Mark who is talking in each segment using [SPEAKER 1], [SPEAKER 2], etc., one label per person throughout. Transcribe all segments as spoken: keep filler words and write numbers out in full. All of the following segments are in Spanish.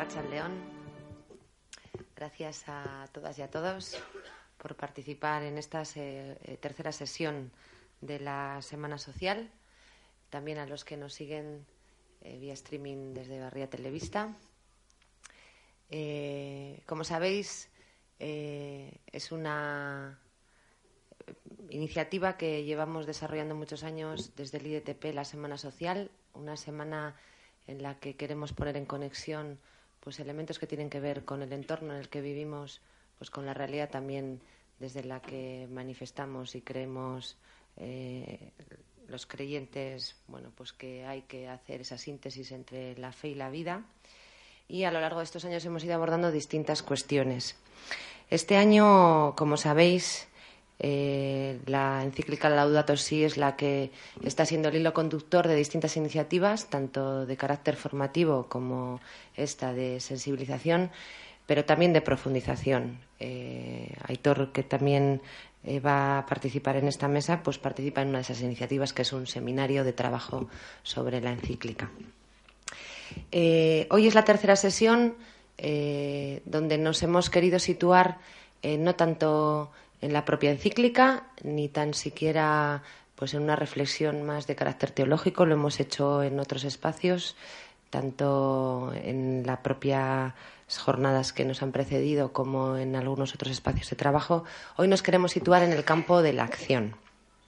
[SPEAKER 1] Arratsaldeon. Gracias a todas y a todos por participar en esta se, eh, tercera sesión de la Semana Social. También a los que nos siguen eh, vía streaming desde Barria Televista. Eh, como sabéis, eh, es una iniciativa que llevamos desarrollando muchos años desde el I D T P, la Semana Social, una semana en la que queremos poner en conexión pues elementos que tienen que ver con el entorno en el que vivimos, pues con la realidad también desde la que manifestamos y creemos eh, los creyentes, bueno, pues que hay que hacer esa síntesis entre la fe y la vida. Y a lo largo de estos años hemos ido abordando distintas cuestiones. Este año, como sabéis, eh, la encíclica Laudato Si es la que está siendo el hilo conductor de distintas iniciativas, tanto de carácter formativo como esta de sensibilización, pero también de profundización. Eh, Aitor, que también eh, va a participar en esta mesa, pues participa en una de esas iniciativas, que es un seminario de trabajo sobre la encíclica. Eh, hoy es la tercera sesión eh, donde nos hemos querido situar eh, no tanto en la propia encíclica ni tan siquiera pues en una reflexión más de carácter teológico. Lo hemos hecho en otros espacios, tanto en las propias jornadas que nos han precedido como en algunos otros espacios de trabajo. Hoy nos queremos situar en el campo de la acción.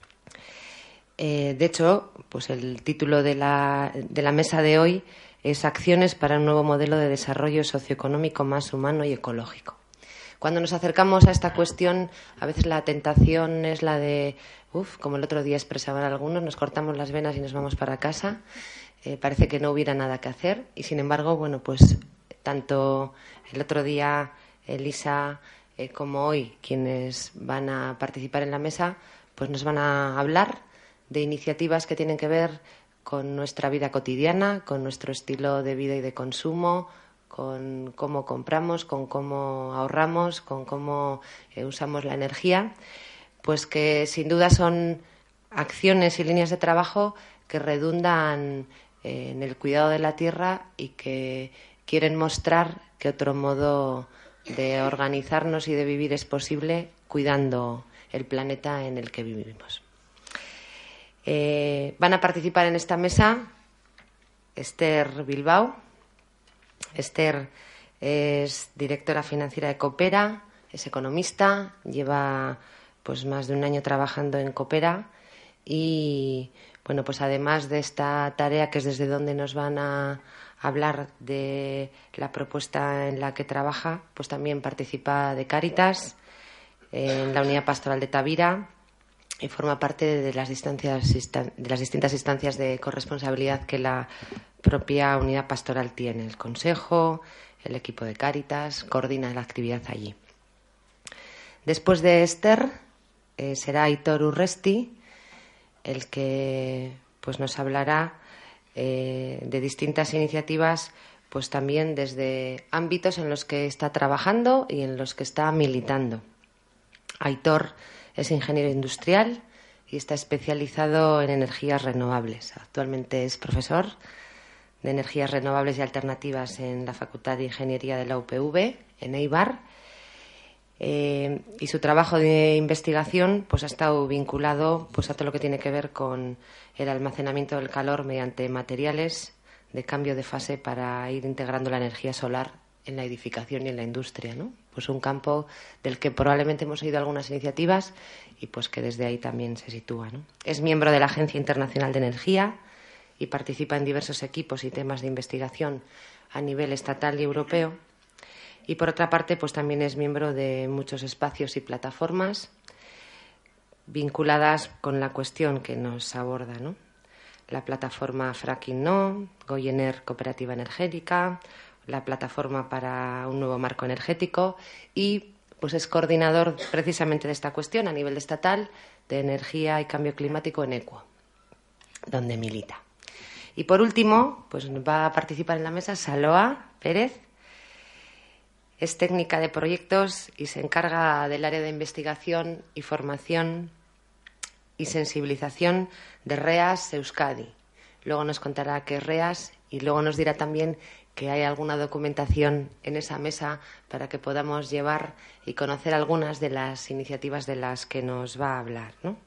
[SPEAKER 1] Eh, de hecho, pues el título de la, de la mesa de hoy es Acciones para un nuevo modelo de desarrollo socioeconómico más humano y ecológico. Cuando nos acercamos a esta cuestión, a veces la tentación es la de, uff, como el otro día expresaban algunos, nos cortamos las venas y nos vamos para casa. Eh, parece que no hubiera nada que hacer y, sin embargo, bueno, pues tanto el otro día Elisa eh, como hoy, quienes van a participar en la mesa, pues nos van a hablar de iniciativas que tienen que ver con nuestra vida cotidiana, con nuestro estilo de vida y de consumo, con cómo compramos, con cómo ahorramos, con cómo eh, usamos la energía, pues que sin duda son acciones y líneas de trabajo que redundan eh, en el cuidado de la tierra y que quieren mostrar que otro modo de organizarnos y de vivir es posible cuidando el planeta en el que vivimos. Eh, van a participar en esta mesa Esther Bilbao. Esther es directora financiera de Coopera, es economista, lleva pues más de un año trabajando en Coopera y bueno, pues además de esta tarea, que es desde donde nos van a hablar de la propuesta en la que trabaja, pues también participa de Cáritas en la unidad pastoral de Tavira y forma parte de las, distancias, de las distintas instancias de corresponsabilidad que la propia unidad pastoral tiene, el Consejo, el equipo de Cáritas, coordina la actividad allí. Después de Esther eh, será Aitor Urresti el que pues nos hablará eh, de distintas iniciativas, pues también desde ámbitos en los que está trabajando y en los que está militando. Aitor es ingeniero industrial y está especializado en energías renovables. Actualmente es profesor de energías renovables y alternativas en la Facultad de Ingeniería de la U P V, en Eibar. Eh, y su trabajo de investigación pues, ha estado vinculado pues, a todo lo que tiene que ver con el almacenamiento del calor mediante materiales de cambio de fase para ir integrando la energía solar en la edificación y en la industria, ¿no? Pues un campo del que probablemente hemos oído algunas iniciativas y pues que desde ahí también se sitúa, ¿no? Es miembro de la Agencia Internacional de Energía y participa en diversos equipos y temas de investigación a nivel estatal y europeo. Y por otra parte, pues también es miembro de muchos espacios y plataformas vinculadas con la cuestión que nos aborda, ¿no? La plataforma Fracking No, Goyener Cooperativa Energética, la plataforma para un nuevo marco energético y pues es coordinador precisamente de esta cuestión a nivel estatal de energía y cambio climático en EQUO, donde milita. Y por último, pues va a participar en la mesa Saloa Pérez. Es técnica de proyectos y se encarga del área de investigación y formación y sensibilización de REAS Euskadi, luego nos contará qué es REAS y luego nos dirá también que hay alguna documentación en esa mesa para que podamos llevar y conocer algunas de las iniciativas de las que nos va a hablar, ¿no?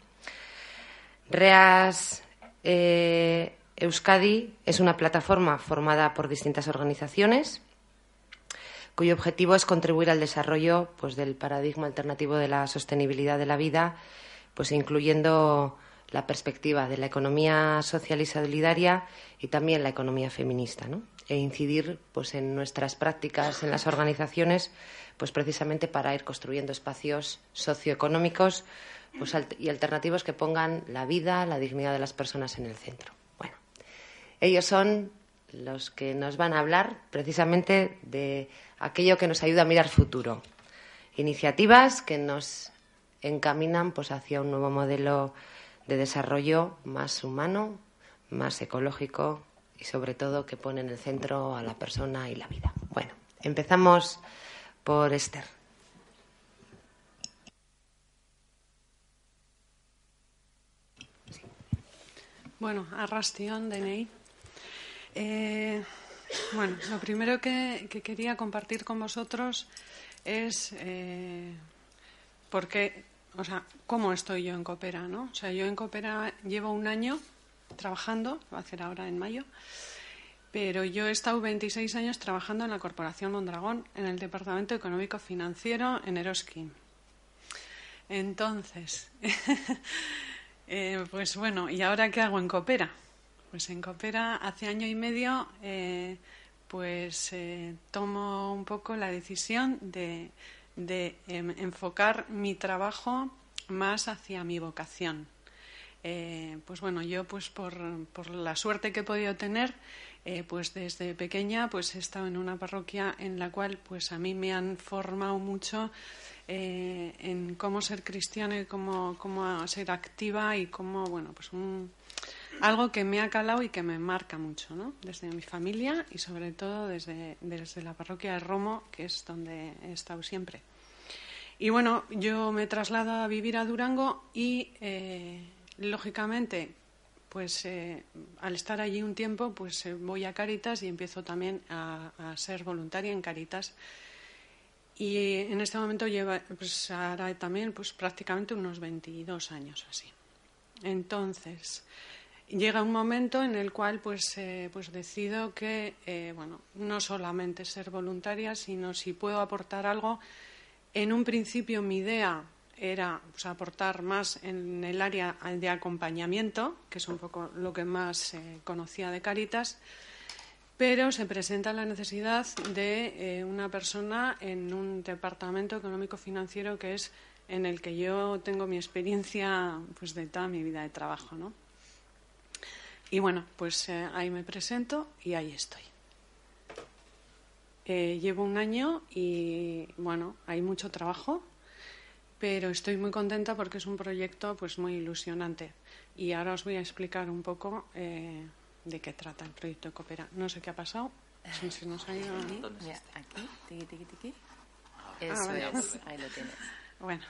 [SPEAKER 1] REAS eh, Euskadi es una plataforma formada por distintas organizaciones cuyo objetivo es contribuir al desarrollo, pues, del paradigma alternativo de la sostenibilidad de la vida, pues, incluyendo la perspectiva de la economía social y solidaria y también la economía feminista, ¿no? E incidir, pues, en nuestras prácticas en las organizaciones, pues, precisamente para ir construyendo espacios socioeconómicos, pues, y alternativos que pongan la vida, la dignidad de las personas en el centro. Bueno, ellos son los que nos van a hablar precisamente de aquello que nos ayuda a mirar futuro. Iniciativas que nos encaminan, pues, hacia un nuevo modelo de desarrollo más humano, más ecológico y, sobre todo, que pone en el centro a la persona y la vida. Bueno, empezamos por Esther.
[SPEAKER 2] Sí. Bueno, arrastion, D N I. Eh, bueno, lo primero que, que quería compartir con vosotros es eh, por qué, o sea, cómo estoy yo en Coopera, ¿no? O sea, yo en Coopera llevo un año trabajando, va a hacer ahora en mayo, pero yo he estado veintiséis años trabajando en la Corporación Mondragón, en el Departamento Económico Financiero, en Eroski. Entonces, eh, pues bueno, ¿y ahora qué hago en Coopera? Pues en Coopera hace año y medio eh, pues eh, tomo un poco la decisión de, de eh, enfocar mi trabajo más hacia mi vocación. Eh, pues bueno, yo pues por, por la suerte que he podido tener, eh, pues desde pequeña pues he estado en una parroquia en la cual pues a mí me han formado mucho eh, en cómo ser cristiana y cómo, cómo ser activa y cómo, bueno, pues un... algo que me ha calado y que me marca mucho, ¿no? Desde mi familia y sobre todo desde, desde la parroquia de Romo, que es donde he estado siempre. Y bueno, yo me traslado a vivir a Durango y, eh, lógicamente, pues eh, al estar allí un tiempo, pues eh, voy a Cáritas y empiezo también a, a ser voluntaria en Cáritas. Y en este momento lleva, pues hará también pues prácticamente unos veintidós años así. Entonces, llega un momento en el cual pues, eh, pues decido que eh, bueno, no solamente ser voluntaria, sino si puedo aportar algo. En un principio mi idea era, pues, aportar más en el área de acompañamiento, que es un poco lo que más eh, conocía de Cáritas, pero se presenta la necesidad de eh, una persona en un departamento económico-financiero que es en el que yo tengo mi experiencia, pues, de toda mi vida de trabajo, ¿no? Y bueno, pues eh, ahí me presento y ahí estoy. Eh, llevo un año y bueno, hay mucho trabajo, pero estoy muy contenta porque es un proyecto pues muy ilusionante. Y ahora os voy a explicar un poco eh, de qué trata el proyecto de Coopera. No sé qué ha pasado. Si se nos ha ido
[SPEAKER 3] aquí, mira, aquí, tiqui, tiqui, tiqui. Eso
[SPEAKER 2] ah, vale.
[SPEAKER 3] es, ahí lo tienes.
[SPEAKER 2] Bueno.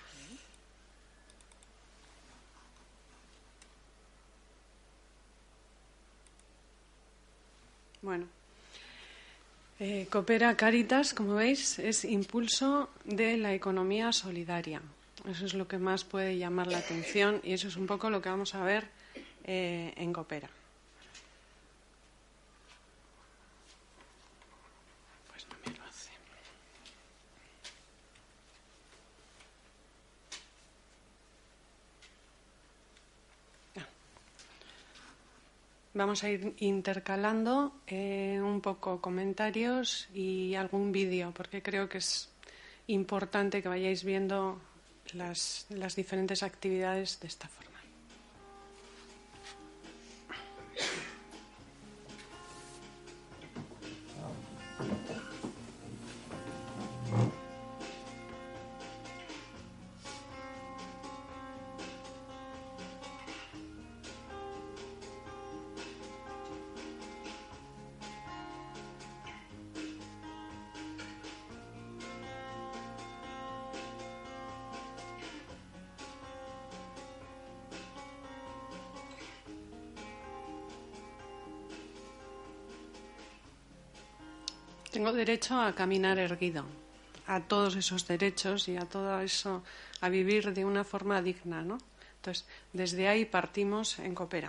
[SPEAKER 2] Bueno, eh, Coopera Cáritas, como veis, es impulso de la economía solidaria. Eso es lo que más puede llamar la atención y eso es un poco lo que vamos a ver eh, en Coopera. Pues no me lo hace. Vamos a ir intercalando eh, un poco comentarios y algún vídeo, porque creo que es importante que vayáis viendo las, las diferentes actividades de esta forma. Tengo derecho a caminar erguido, a todos esos derechos y a todo eso, a vivir de una forma digna, ¿no? Entonces, desde ahí partimos en Coopera.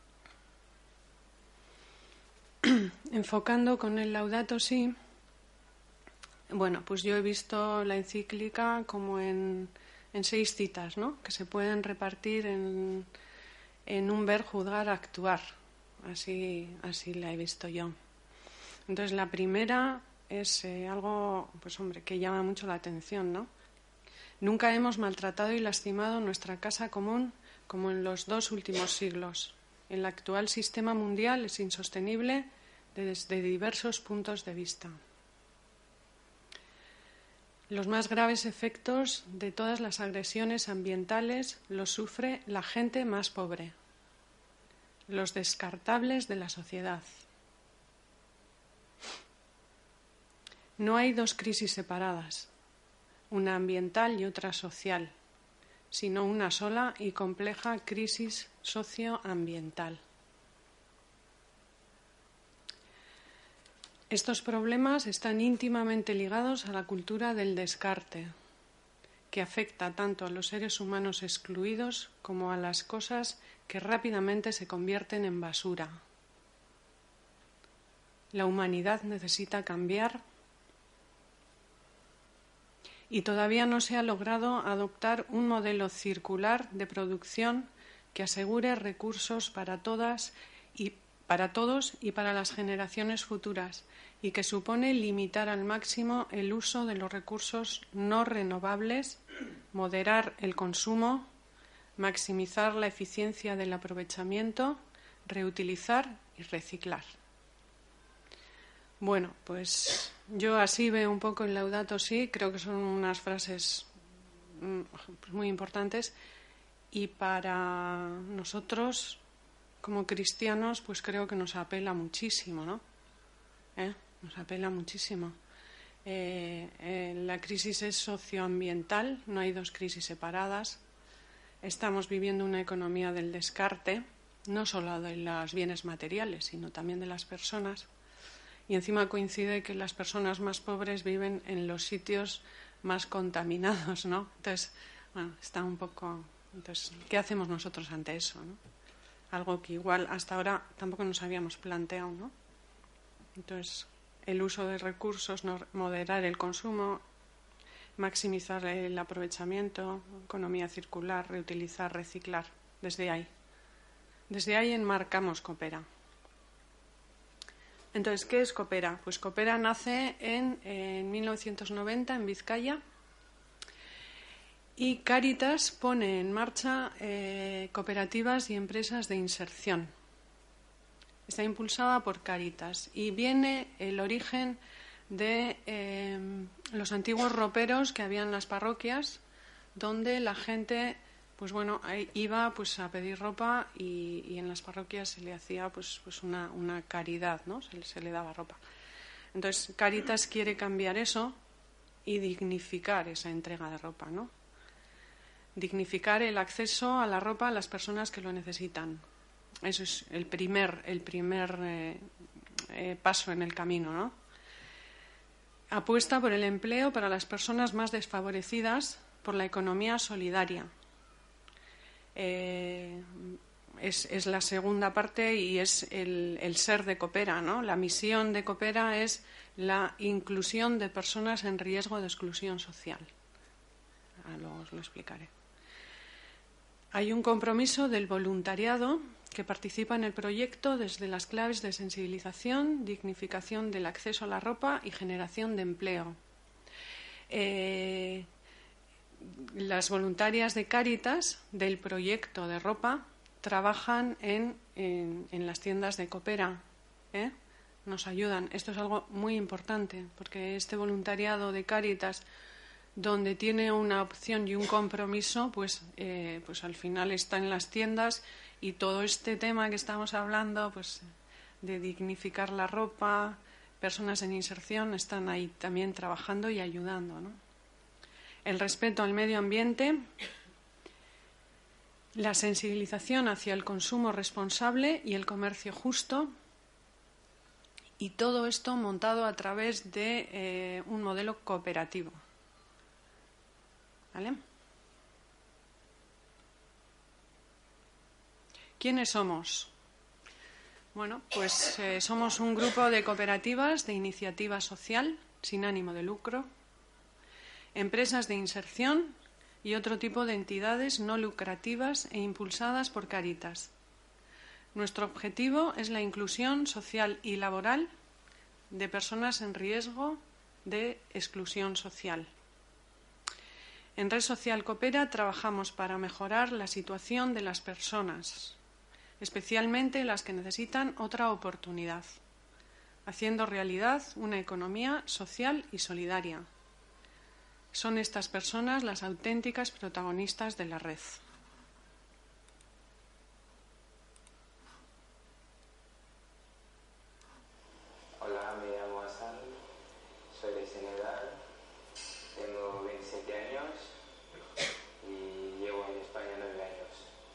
[SPEAKER 2] Enfocando con el Laudato Si, bueno, pues yo he visto la encíclica como en, en seis citas, ¿no? Que se pueden repartir en, en un ver, juzgar, actuar. Así, así la he visto yo. Entonces, la primera es eh, algo, pues hombre, que llama mucho la atención, ¿no? Nunca hemos maltratado y lastimado nuestra casa común como en los dos últimos siglos. El actual sistema mundial es insostenible desde diversos puntos de vista. Los más graves efectos de todas las agresiones ambientales los sufre la gente más pobre, los descartables de la sociedad. No hay dos crisis separadas, una ambiental y otra social, sino una sola y compleja crisis socioambiental. Estos problemas están íntimamente ligados a la cultura del descarte, que afecta tanto a los seres humanos excluidos como a las cosas que rápidamente se convierten en basura. La humanidad necesita cambiar y todavía no se ha logrado adoptar un modelo circular de producción que asegure recursos para todas y para todos y para las generaciones futuras, y que supone limitar al máximo el uso de los recursos no renovables, moderar el consumo, maximizar la eficiencia del aprovechamiento, reutilizar y reciclar. Bueno, pues yo así veo un poco el Laudato Si, creo que son unas frases muy importantes, y para nosotros como cristianos pues creo que nos apela muchísimo, ¿no? ¿Eh? Nos apela muchísimo. Eh, eh, la crisis es socioambiental, no hay dos crisis separadas. Estamos viviendo una economía del descarte, no solo de los bienes materiales, sino también de las personas. Y encima coincide que las personas más pobres viven en los sitios más contaminados, ¿no? Entonces, bueno, está un poco... Entonces, ¿qué hacemos nosotros ante eso, no? Algo que igual hasta ahora tampoco nos habíamos planteado, ¿no? Entonces, el uso de recursos, no, moderar el consumo, maximizar el aprovechamiento, economía circular, reutilizar, reciclar, desde ahí. Desde ahí enmarcamos Coopera. Entonces, ¿qué es Coopera? Pues Coopera nace en, en mil novecientos noventa en Vizcaya y Cáritas pone en marcha eh, cooperativas y empresas de inserción. Está impulsada por Cáritas y viene el origen de eh, los antiguos roperos que había en las parroquias, donde la gente, pues bueno, iba pues a pedir ropa y, y en las parroquias se le hacía pues, pues una, una caridad, ¿no? Se, se le daba ropa. Entonces, Cáritas quiere cambiar eso y dignificar esa entrega de ropa, ¿no? Dignificar el acceso a la ropa a las personas que lo necesitan. Eso es el primer, el primer eh, eh, paso en el camino, ¿no? Apuesta por el empleo para las personas más desfavorecidas, por la economía solidaria. Eh, es, es la segunda parte y es el, el ser de Coopera, ¿no? La misión de Coopera es la inclusión de personas en riesgo de exclusión social. Ahora luego os lo explicaré. Hay un compromiso del voluntariado que participa en el proyecto desde las claves de sensibilización, dignificación del acceso a la ropa y generación de empleo. Eh, las voluntarias de Cáritas del proyecto de ropa trabajan en, en, en las tiendas de Coopera, ¿eh? Nos ayudan. Esto es algo muy importante porque este voluntariado de Cáritas, donde tiene una opción y un compromiso, pues, eh, pues al final está en las tiendas, y todo este tema que estamos hablando, pues de dignificar la ropa, personas en inserción, están ahí también trabajando y ayudando, ¿no? El respeto al medio ambiente, la sensibilización hacia el consumo responsable y el comercio justo, Y todo esto montado a través de eh, un modelo cooperativo. ¿Vale? ¿Quiénes somos? Bueno, pues eh, somos un grupo de cooperativas de iniciativa social sin ánimo de lucro, empresas de inserción y otro tipo de entidades no lucrativas e impulsadas por Cáritas. Nuestro objetivo es la inclusión social y laboral de personas en riesgo de exclusión social. En Red Social Coopera trabajamos para mejorar la situación de las personas, especialmente las que necesitan otra oportunidad, haciendo realidad una economía social y solidaria. Son estas personas las auténticas protagonistas de la red.
[SPEAKER 4] Hola, me llamo Hassan, soy de Senegal, tengo veintisiete años y llevo en España nueve años.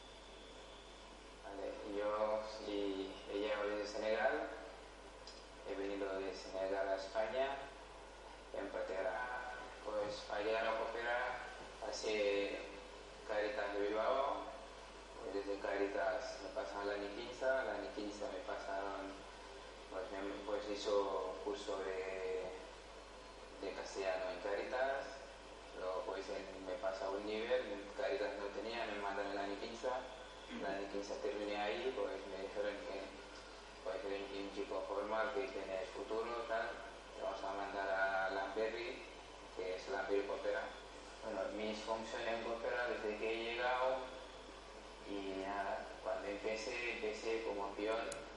[SPEAKER 4] Vale, yo y ella es de Senegal, he venido de Senegal a España, en Patera. Pues allá no coopera hace Cáritas de Bilbao, pues desde Cáritas me pasaron la Niquinza, la Niquinza me pasaron, pues, me, pues hizo curso de, de castellano en Cáritas, luego pues en, me pasa un nivel, en Cáritas no tenía, me mandan en la Niquinza, la Niquinza terminé ahí, pues me dijeron que pues eres un chico formal que tiene futuro, tal, te vamos a mandar a Lamberry, que es Lamberry Coopera. Bueno, mis funciones en Coopera desde que he llegado y nada, cuando empecé, empecé como peón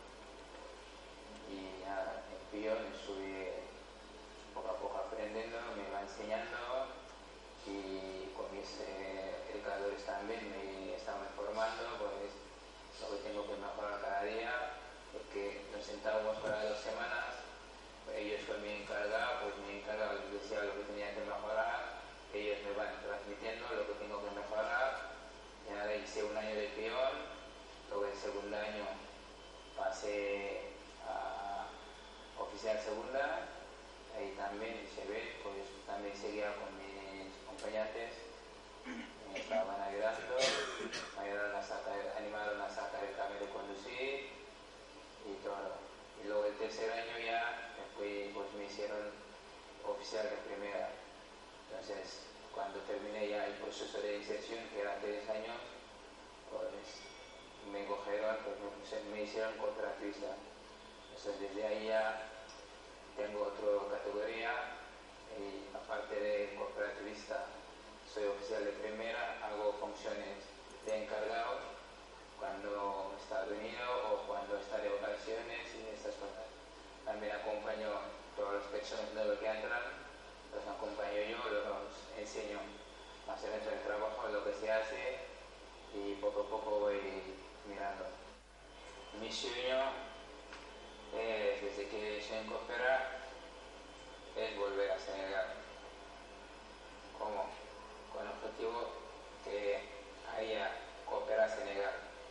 [SPEAKER 4] y nada, en peón estuve poco a poco aprendiendo, me va enseñando y con mis eh, educadores también me estaban formando, pues lo que tengo que mejorar cada día, porque nos sentábamos para dos semanas, ellos fue mi encargado, pues mi encargado les decía lo que tenía que mejorar, ellos me van transmitiendo lo que tengo que mejorar, y nada, hice un año de peón, luego el segundo año pasé a oficial segunda, ahí también se ve, pues también seguía con mis compañeros, me estaban ayudando, me ayudaron a sacar, animaron a sacar el carnet de conducir y todo. Y luego el tercer año ya me fui, pues me hicieron oficial de primera. Entonces, cuando terminé ya el proceso de inserción, que eran tres años, pues me cogieron, pues me, me hicieron cooperativista. Entonces, desde ahí ya tengo otra categoría y aparte de cooperativista, soy oficial de primera, hago funciones de encargado cuando está reunido o cuando está de vacaciones y estas cosas. También acompaño a todas las personas nuevas que entran, los acompaño yo, los enseño más o menos el trabajo, lo que se hace y poco a poco voy mirando. Mi sueño es, desde que estoy en Coopera, es volver a Senegal. ¿Cómo? Con el objetivo que haya Coopera Senegal.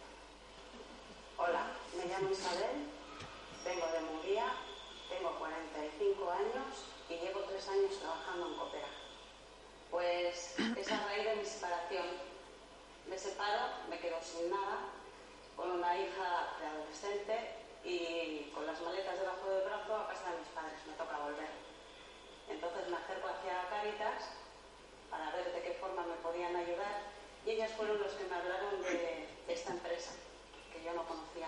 [SPEAKER 5] Hola, me llamo Isabel, vengo de Munguía, tengo cuarenta y cinco años y llevo tres años trabajando en Coopera. Pues es a raíz de mi separación. Me separo, me quedo sin nada, con una hija preadolescente y con las maletas debajo del brazo a casa de mis padres. Me toca volver. Entonces me acerco hacia Cáritas para ver de qué forma me podían ayudar y ellas fueron los que me hablaron de, de esta empresa que yo no conocía.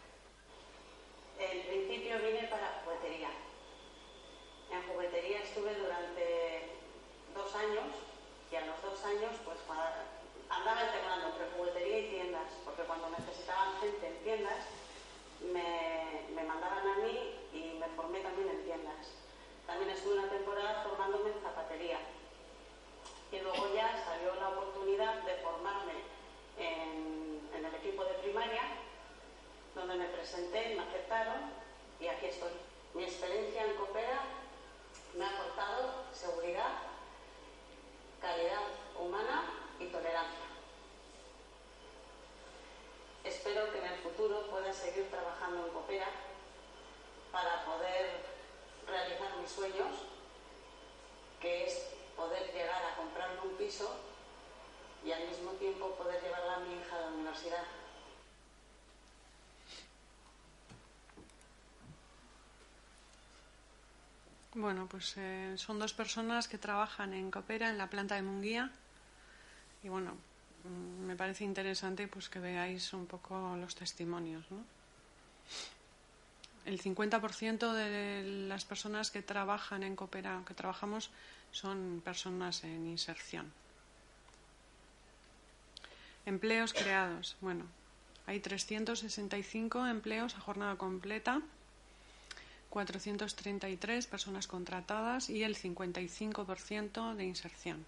[SPEAKER 5] En principio vine para juguetería. En juguetería estuve durante dos años y a los dos años pues andaba alternando entre juguetería y tiendas, porque cuando necesitaban gente en tiendas me, me mandaban a mí y me formé también en tiendas. También estuve una temporada formándome en zapatería y luego ya salió la oportunidad de formarme en, en el equipo de primaria, donde me presenté, me aceptaron y aquí estoy. Mi experiencia en Coopera me ha aportado seguridad, calidad humana y tolerancia. Espero que en el futuro pueda seguir trabajando en Coopera para poder mis sueños, que es poder llegar a comprarme un piso y al mismo tiempo poder llevarla a mi hija a la universidad.
[SPEAKER 2] Bueno, pues eh, son dos personas que trabajan en Coopera, en la planta de Munguía. Y bueno, mm, me parece interesante pues que veáis un poco los testimonios, ¿no? El cincuenta por ciento de las personas que trabajan en Coopera, que trabajamos, son personas en inserción. Empleos creados. Bueno, hay trescientos sesenta y cinco empleos a jornada completa, cuatrocientas treinta y tres personas contratadas y el cincuenta y cinco por ciento de inserción.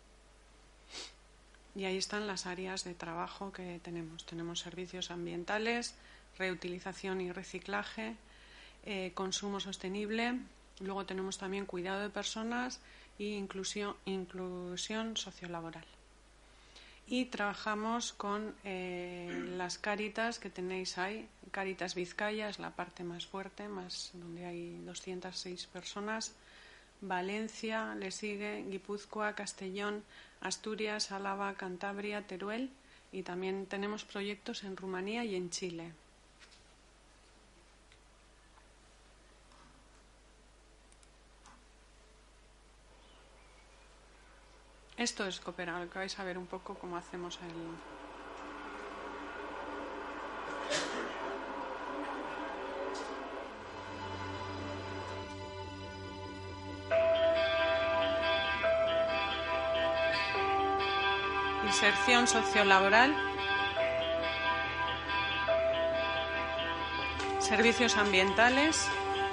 [SPEAKER 2] Y ahí están las áreas de trabajo que tenemos. Tenemos servicios ambientales, reutilización y reciclaje, eh, consumo sostenible, luego tenemos también cuidado de personas e inclusión, inclusión sociolaboral. Y trabajamos con eh, las Cáritas que tenéis ahí. Cáritas Vizcaya es la parte más fuerte, más donde hay doscientas seis personas. Valencia, le sigue Guipúzcoa, Castellón, Asturias, Álava, Cantabria, Teruel, y también tenemos proyectos en Rumanía y en Chile. Esto es Coopera, lo que vais a ver un poco cómo hacemos el... Inserción sociolaboral, servicios ambientales,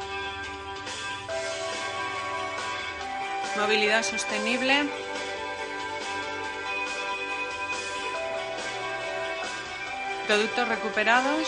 [SPEAKER 2] movilidad sostenible, productos recuperados,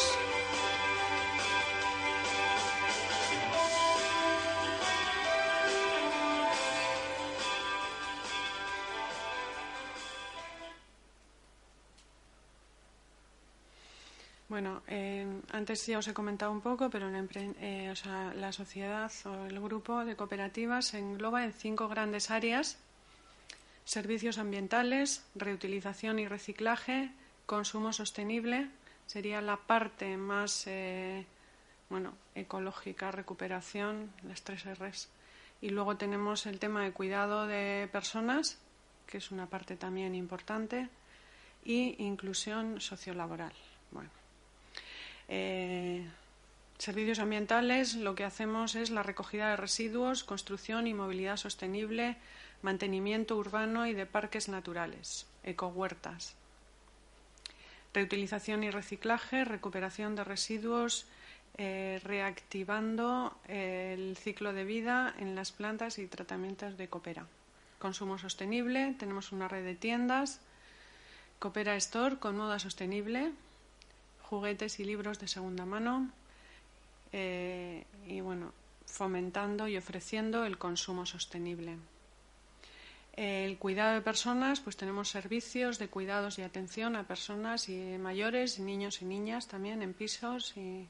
[SPEAKER 2] bueno, eh, antes ya os he comentado un poco, pero la, eh, o sea, la sociedad o el grupo de cooperativas se engloba en cinco grandes áreas: servicios ambientales, reutilización y reciclaje, consumo sostenible, sería la parte más eh, bueno, ecológica, recuperación, las tres R's. Y luego tenemos el tema de cuidado de personas, que es una parte también importante, y inclusión sociolaboral. Bueno, eh, servicios ambientales, lo que hacemos es la recogida de residuos, construcción y movilidad sostenible, mantenimiento urbano y de parques naturales, ecohuertas. Reutilización y reciclaje, recuperación de residuos, eh, reactivando eh, el ciclo de vida en las plantas y tratamientos de Coopera. Consumo sostenible, tenemos una red de tiendas, Coopera Store con moda sostenible, juguetes y libros de segunda mano, eh, y bueno, fomentando y ofreciendo el consumo sostenible. El cuidado de personas, pues tenemos servicios de cuidados y atención a personas y mayores, niños y niñas también en pisos y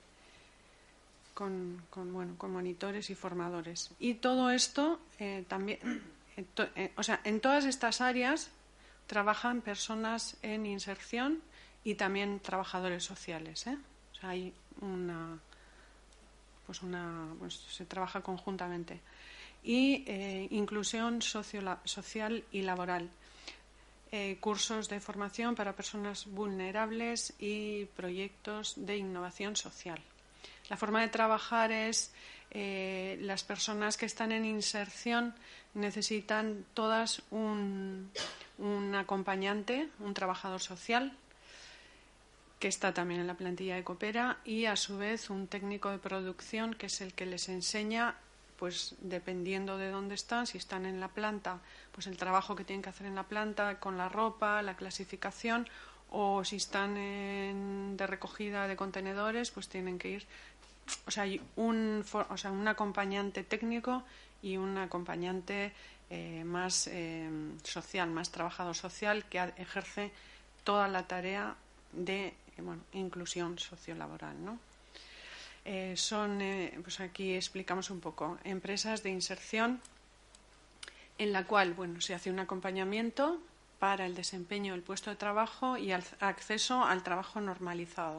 [SPEAKER 2] con, con, bueno, con monitores y formadores. Y todo esto eh, también, eh, to, eh, o sea, en todas estas áreas trabajan personas en inserción y también trabajadores sociales, ¿eh? O sea, hay una, pues una, pues se trabaja conjuntamente. Y eh, inclusión socio, social y laboral. Eh, cursos de formación para personas vulnerables y proyectos de innovación social. La forma de trabajar es eh, las personas que están en inserción necesitan todas un, un acompañante, un trabajador social, que está también en la plantilla de Coopera, y a su vez un técnico de producción que es el que les enseña, pues dependiendo de dónde están, si están en la planta, pues el trabajo que tienen que hacer en la planta con la ropa, la clasificación, o si están en, de recogida de contenedores, pues tienen que ir, o sea, hay un, o sea, un acompañante técnico y un acompañante eh, más eh, social, más trabajador social, que ejerce toda la tarea de eh, bueno, inclusión sociolaboral, ¿no? Eh, son, eh, pues aquí explicamos un poco, empresas de inserción en la cual, bueno, se hace un acompañamiento para el desempeño del puesto de trabajo y al acceso al trabajo normalizado.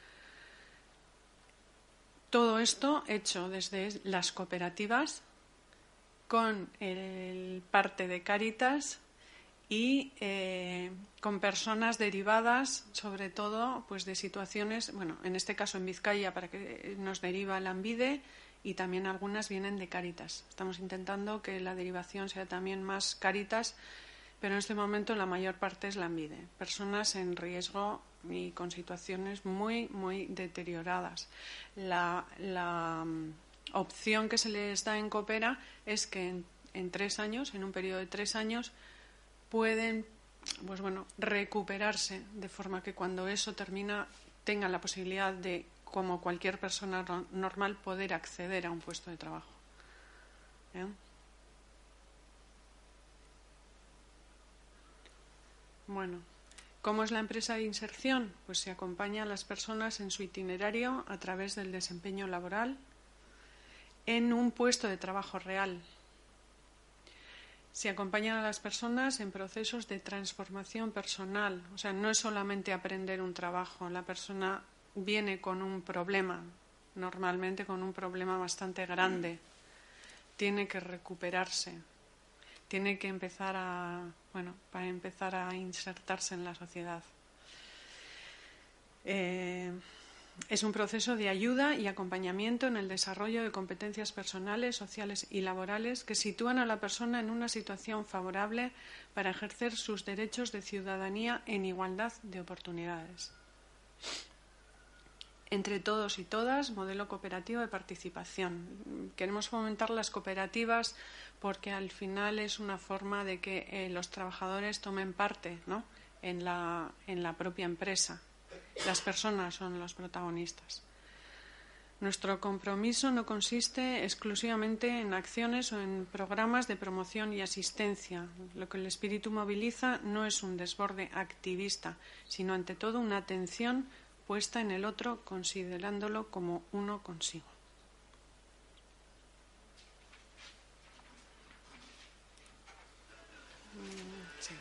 [SPEAKER 2] Todo esto hecho desde las cooperativas con el parte de Cáritas y eh, con personas derivadas, sobre todo, pues de situaciones, bueno, en este caso en Vizcaya, para que nos deriva la ANVIDE, y también algunas vienen de Cáritas. Estamos intentando que la derivación sea también más Cáritas, pero en este momento la mayor parte es la ANVIDE. Personas en riesgo y con situaciones muy, muy deterioradas. La, la um, opción que se les da en Coopera es que en, en tres años, en un periodo de tres años, pueden, pues bueno, recuperarse de forma que cuando eso termina tengan la posibilidad de, como cualquier persona normal, poder acceder a un puesto de trabajo. ¿Bien? Bueno, ¿cómo es la empresa de inserción? Pues se acompaña a las personas en su itinerario a través del desempeño laboral en un puesto de trabajo real. Se acompañan a las personas en procesos de transformación personal. O sea, no es solamente aprender un trabajo. La persona viene con un problema, normalmente con un problema bastante grande. Tiene que recuperarse. Tiene que empezar a, bueno, para empezar a insertarse en la sociedad. Eh, es un proceso de ayuda y acompañamiento en el desarrollo de competencias personales, sociales y laborales que sitúan a la persona en una situación favorable para ejercer sus derechos de ciudadanía en igualdad de oportunidades. Entre todos y todas, modelo cooperativo de participación. Queremos fomentar las cooperativas porque al final es una forma de que eh, los trabajadores tomen parte, ¿no?, en la, en la propia empresa. Las personas son los protagonistas. Nuestro compromiso no consiste exclusivamente en acciones o en programas de promoción y asistencia. Lo que el espíritu moviliza no es un desborde activista, sino ante todo una atención puesta en el otro, considerándolo como uno consigo. Sí.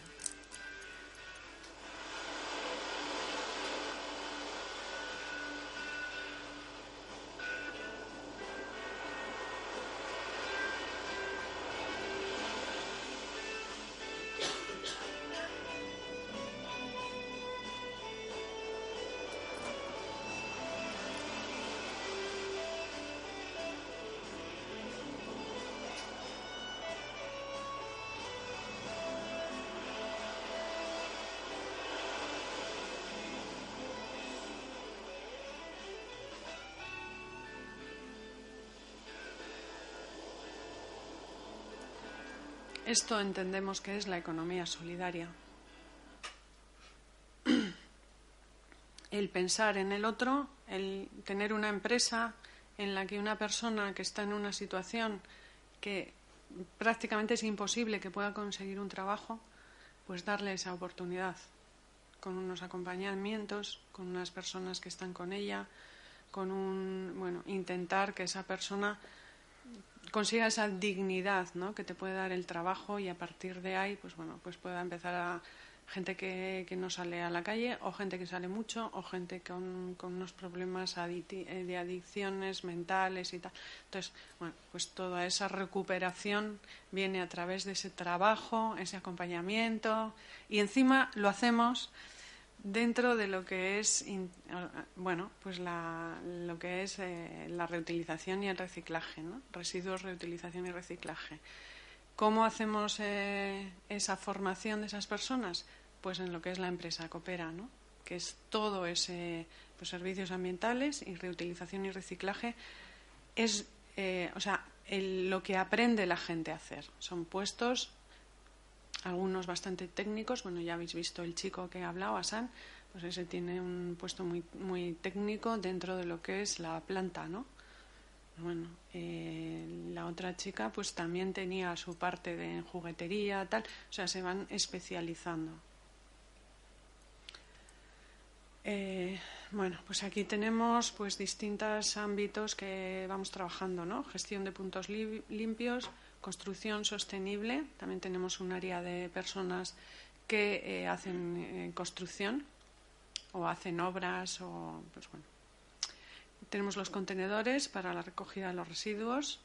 [SPEAKER 2] Esto entendemos que es la economía solidaria. El pensar en el otro, el tener una empresa en la que una persona que está en una situación que prácticamente es imposible que pueda conseguir un trabajo, pues darle esa oportunidad con unos acompañamientos, con unas personas que están con ella, con un, bueno, intentar que esa persona consiga esa dignidad, ¿no?, que te puede dar el trabajo, y a partir de ahí, pues bueno, pues pueda empezar a gente que, que no sale a la calle, o gente que sale mucho, o gente con, con unos problemas aditi- de adicciones mentales y tal. Entonces, bueno, pues toda esa recuperación viene a través de ese trabajo, ese acompañamiento, y encima lo hacemos dentro de lo que es, bueno, pues la, lo que es eh, la reutilización y el reciclaje, ¿no? Residuos, reutilización y reciclaje. ¿Cómo hacemos eh, esa formación de esas personas? Pues en lo que es la empresa Coopera, ¿no?, que es todo ese, pues, servicios ambientales y reutilización y reciclaje. Es, eh, o sea, el, lo que aprende la gente a hacer. Son puestos, algunos bastante técnicos. Bueno, ya habéis visto el chico que ha hablado, Asan, pues ese tiene un puesto muy, muy técnico dentro de lo que es la planta, ¿no? Bueno, eh, la otra chica pues también tenía su parte de juguetería, tal, o sea, se van especializando. Eh, Bueno, pues aquí tenemos pues distintos ámbitos que vamos trabajando, ¿no? Gestión de puntos li- limpios, construcción sostenible. También tenemos un área de personas que eh, hacen eh, construcción o hacen obras o pues bueno. Tenemos los contenedores para la recogida de los residuos,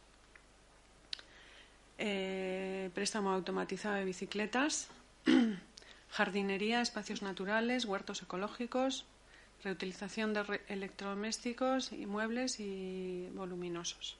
[SPEAKER 2] eh, préstamo automatizado de bicicletas, jardinería, espacios naturales, huertos ecológicos, reutilización de re- electrodomésticos y muebles y voluminosos.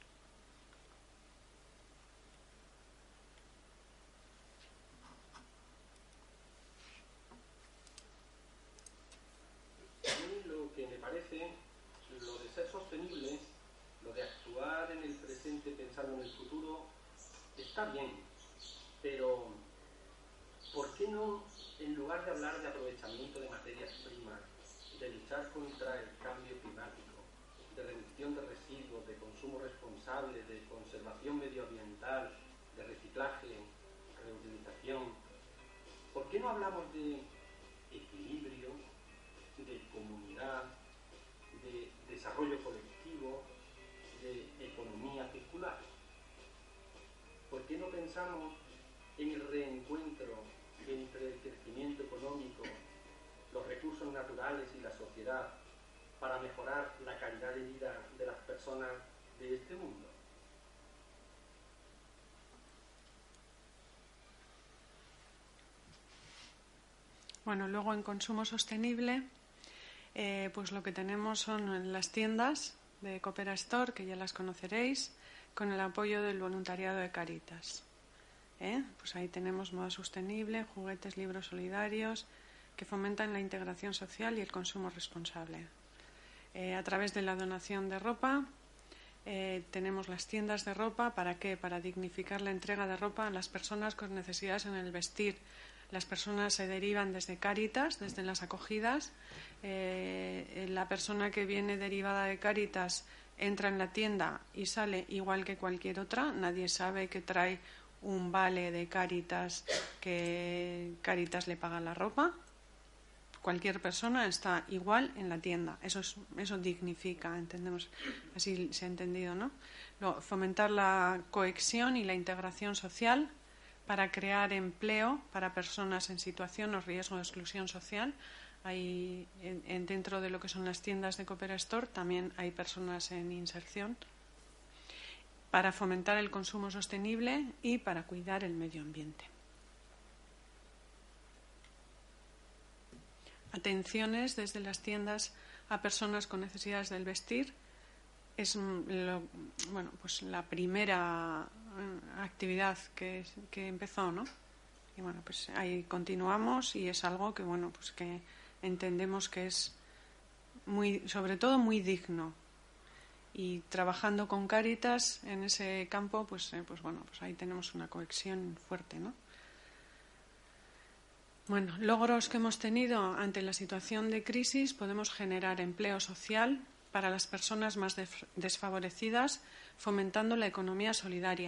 [SPEAKER 6] A mí lo que me parece, lo de ser sostenible, lo de actuar en el presente pensando en el futuro, está bien, pero ¿por qué no, en lugar de hablar de aprovechamiento de materias primas, de luchar contra el cambio climático, de reducción de residuos, de consumo responsable, de conservación medioambiental, de reciclaje, reutilización, ¿por qué no hablamos de equilibrio, de comunidad, de desarrollo colectivo, de economía circular? ¿Por qué no pensamos en el reencuentro entre el crecimiento económico, los recursos naturales y la sociedad para mejorar la calidad de vida de las personas de este mundo?
[SPEAKER 2] Bueno, luego en consumo sostenible, eh, pues lo que tenemos son las tiendas de Coopera Store, que ya las conoceréis, con el apoyo del voluntariado de Cáritas. ¿Eh? Pues ahí tenemos moda sostenible, juguetes, libros solidarios, que fomentan la integración social y el consumo responsable. Eh, a través de la donación de ropa, eh, tenemos las tiendas de ropa. ¿Para qué? Para dignificar la entrega de ropa a las personas con necesidades en el vestir. Las personas se derivan desde Cáritas, desde las acogidas. Eh, la persona que viene derivada de Cáritas entra en la tienda y sale igual que cualquier otra. Nadie sabe que trae un vale de Cáritas, que Cáritas le paga la ropa. Cualquier persona está igual en la tienda. Eso es, eso dignifica, entendemos, así se ha entendido, ¿no? Luego, fomentar la cohesión y la integración social para crear empleo para personas en situación o riesgo de exclusión social. Hay, en, en dentro de lo que son las tiendas de Coopera Store también hay personas en inserción, para fomentar el consumo sostenible y para cuidar el medio ambiente. Atenciones desde las tiendas a personas con necesidades del vestir es lo, bueno, pues la primera actividad que, que empezó, ¿no? Y bueno, pues ahí continuamos y es algo que bueno, pues que entendemos que es muy, sobre todo muy digno. Y trabajando con Cáritas en ese campo, pues, eh, pues bueno, pues ahí tenemos una cohesión fuerte, ¿no? Bueno, logros que hemos tenido ante la situación de crisis: podemos generar empleo social para las personas más desfavorecidas, fomentando la economía solidaria.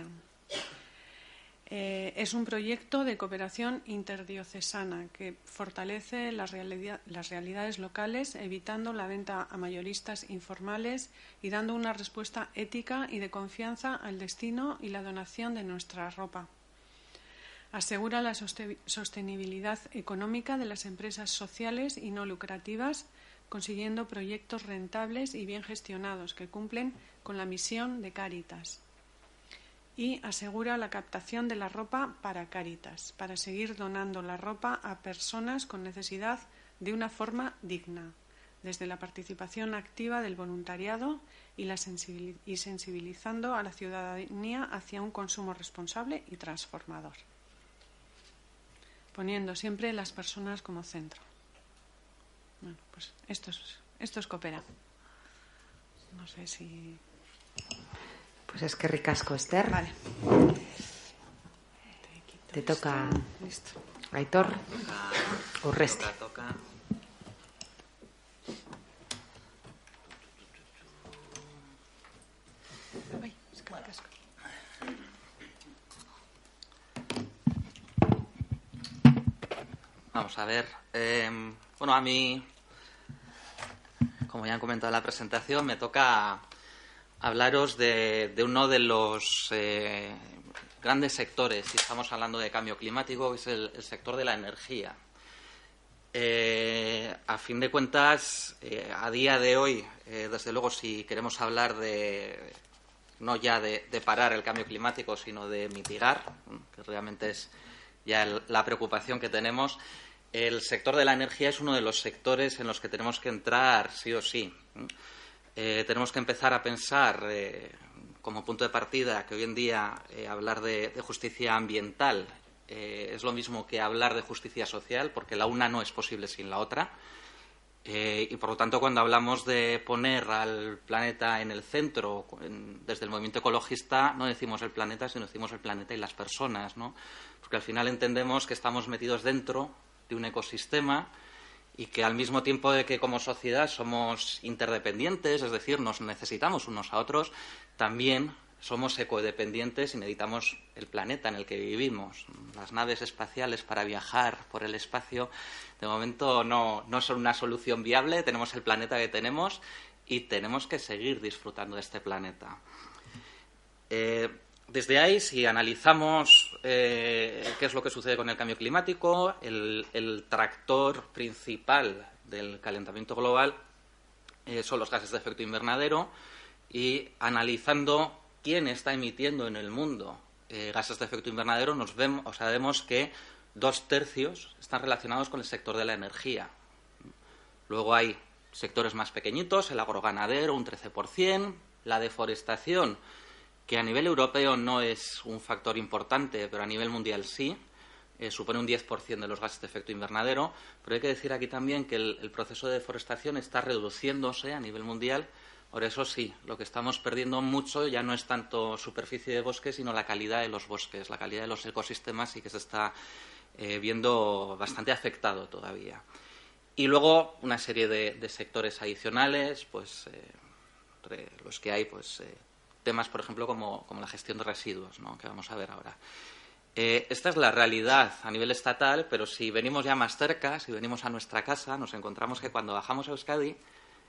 [SPEAKER 2] Eh, es un proyecto de cooperación interdiocesana que fortalece las, realidad, las realidades locales, evitando la venta a mayoristas informales y dando una respuesta ética y de confianza al destino y la donación de nuestra ropa. Asegura la sostenibilidad económica de las empresas sociales y no lucrativas, consiguiendo proyectos rentables y bien gestionados que cumplen con la misión de Cáritas. Y asegura la captación de la ropa para Cáritas, para seguir donando la ropa a personas con necesidad de una forma digna, desde la participación activa del voluntariado y, la sensibil- y sensibilizando a la ciudadanía hacia un consumo responsable y transformador, poniendo siempre las personas como centro. Bueno, pues esto es, esto es Coopera. No sé si...
[SPEAKER 1] Pues es que ricasco, Esther.
[SPEAKER 2] Vale.
[SPEAKER 1] Te toca,
[SPEAKER 2] Listo.
[SPEAKER 1] Aitor, Urresti.
[SPEAKER 7] Toca, toca.
[SPEAKER 2] Ay, es que ricasco.
[SPEAKER 7] Vamos a ver. Eh, bueno, a mí, como ya han comentado en la presentación, me toca hablaros de, de uno de los eh, grandes sectores, si estamos hablando de cambio climático, que es el, el sector de la energía. Eh, a fin de cuentas, eh, a día de hoy, eh, desde luego, si queremos hablar de, no ya de, de parar el cambio climático, sino de mitigar, que realmente es ya el, la preocupación que tenemos, el sector de la energía es uno de los sectores en los que tenemos que entrar sí o sí. Eh, tenemos que empezar a pensar, eh, como punto de partida, que hoy en día eh, hablar de, de justicia ambiental eh, es lo mismo que hablar de justicia social, porque la una no es posible sin la otra. Eh, y, por lo tanto, cuando hablamos de poner al planeta en el centro, en, desde el movimiento ecologista, no decimos el planeta, sino decimos el planeta y las personas, ¿no? Porque al final entendemos que estamos metidos dentro de un ecosistema y que al mismo tiempo de que como sociedad somos interdependientes, es decir, nos necesitamos unos a otros, también somos ecodependientes y necesitamos el planeta en el que vivimos. Las naves espaciales para viajar por el espacio, de momento, no, no son una solución viable. Tenemos el planeta que tenemos y tenemos que seguir disfrutando de este planeta. Eh, Desde ahí, si analizamos eh, qué es lo que sucede con el cambio climático, el, el tractor principal del calentamiento global eh, son los gases de efecto invernadero, y analizando quién está emitiendo en el mundo eh, gases de efecto invernadero, nos vemos, o sea, vemos que dos tercios están relacionados con el sector de la energía. Luego hay sectores más pequeñitos, el agroganadero, un trece por ciento, la deforestación, que a nivel europeo no es un factor importante, pero a nivel mundial sí, eh, supone un diez por ciento de los gases de efecto invernadero. Pero hay que decir aquí también que el, el proceso de deforestación está reduciéndose a nivel mundial. Por eso sí, lo que estamos perdiendo mucho ya no es tanto superficie de bosque, sino la calidad de los bosques, la calidad de los ecosistemas, sí que se está eh, viendo bastante afectado todavía. Y luego una serie de, de sectores adicionales, pues eh, entre los que hay, pues eh, temas, por ejemplo, como, como la gestión de residuos, ¿no?, que vamos a ver ahora. Eh, esta es la realidad a nivel estatal, pero si venimos ya más cerca, si venimos a nuestra casa, nos encontramos que cuando bajamos a Euskadi,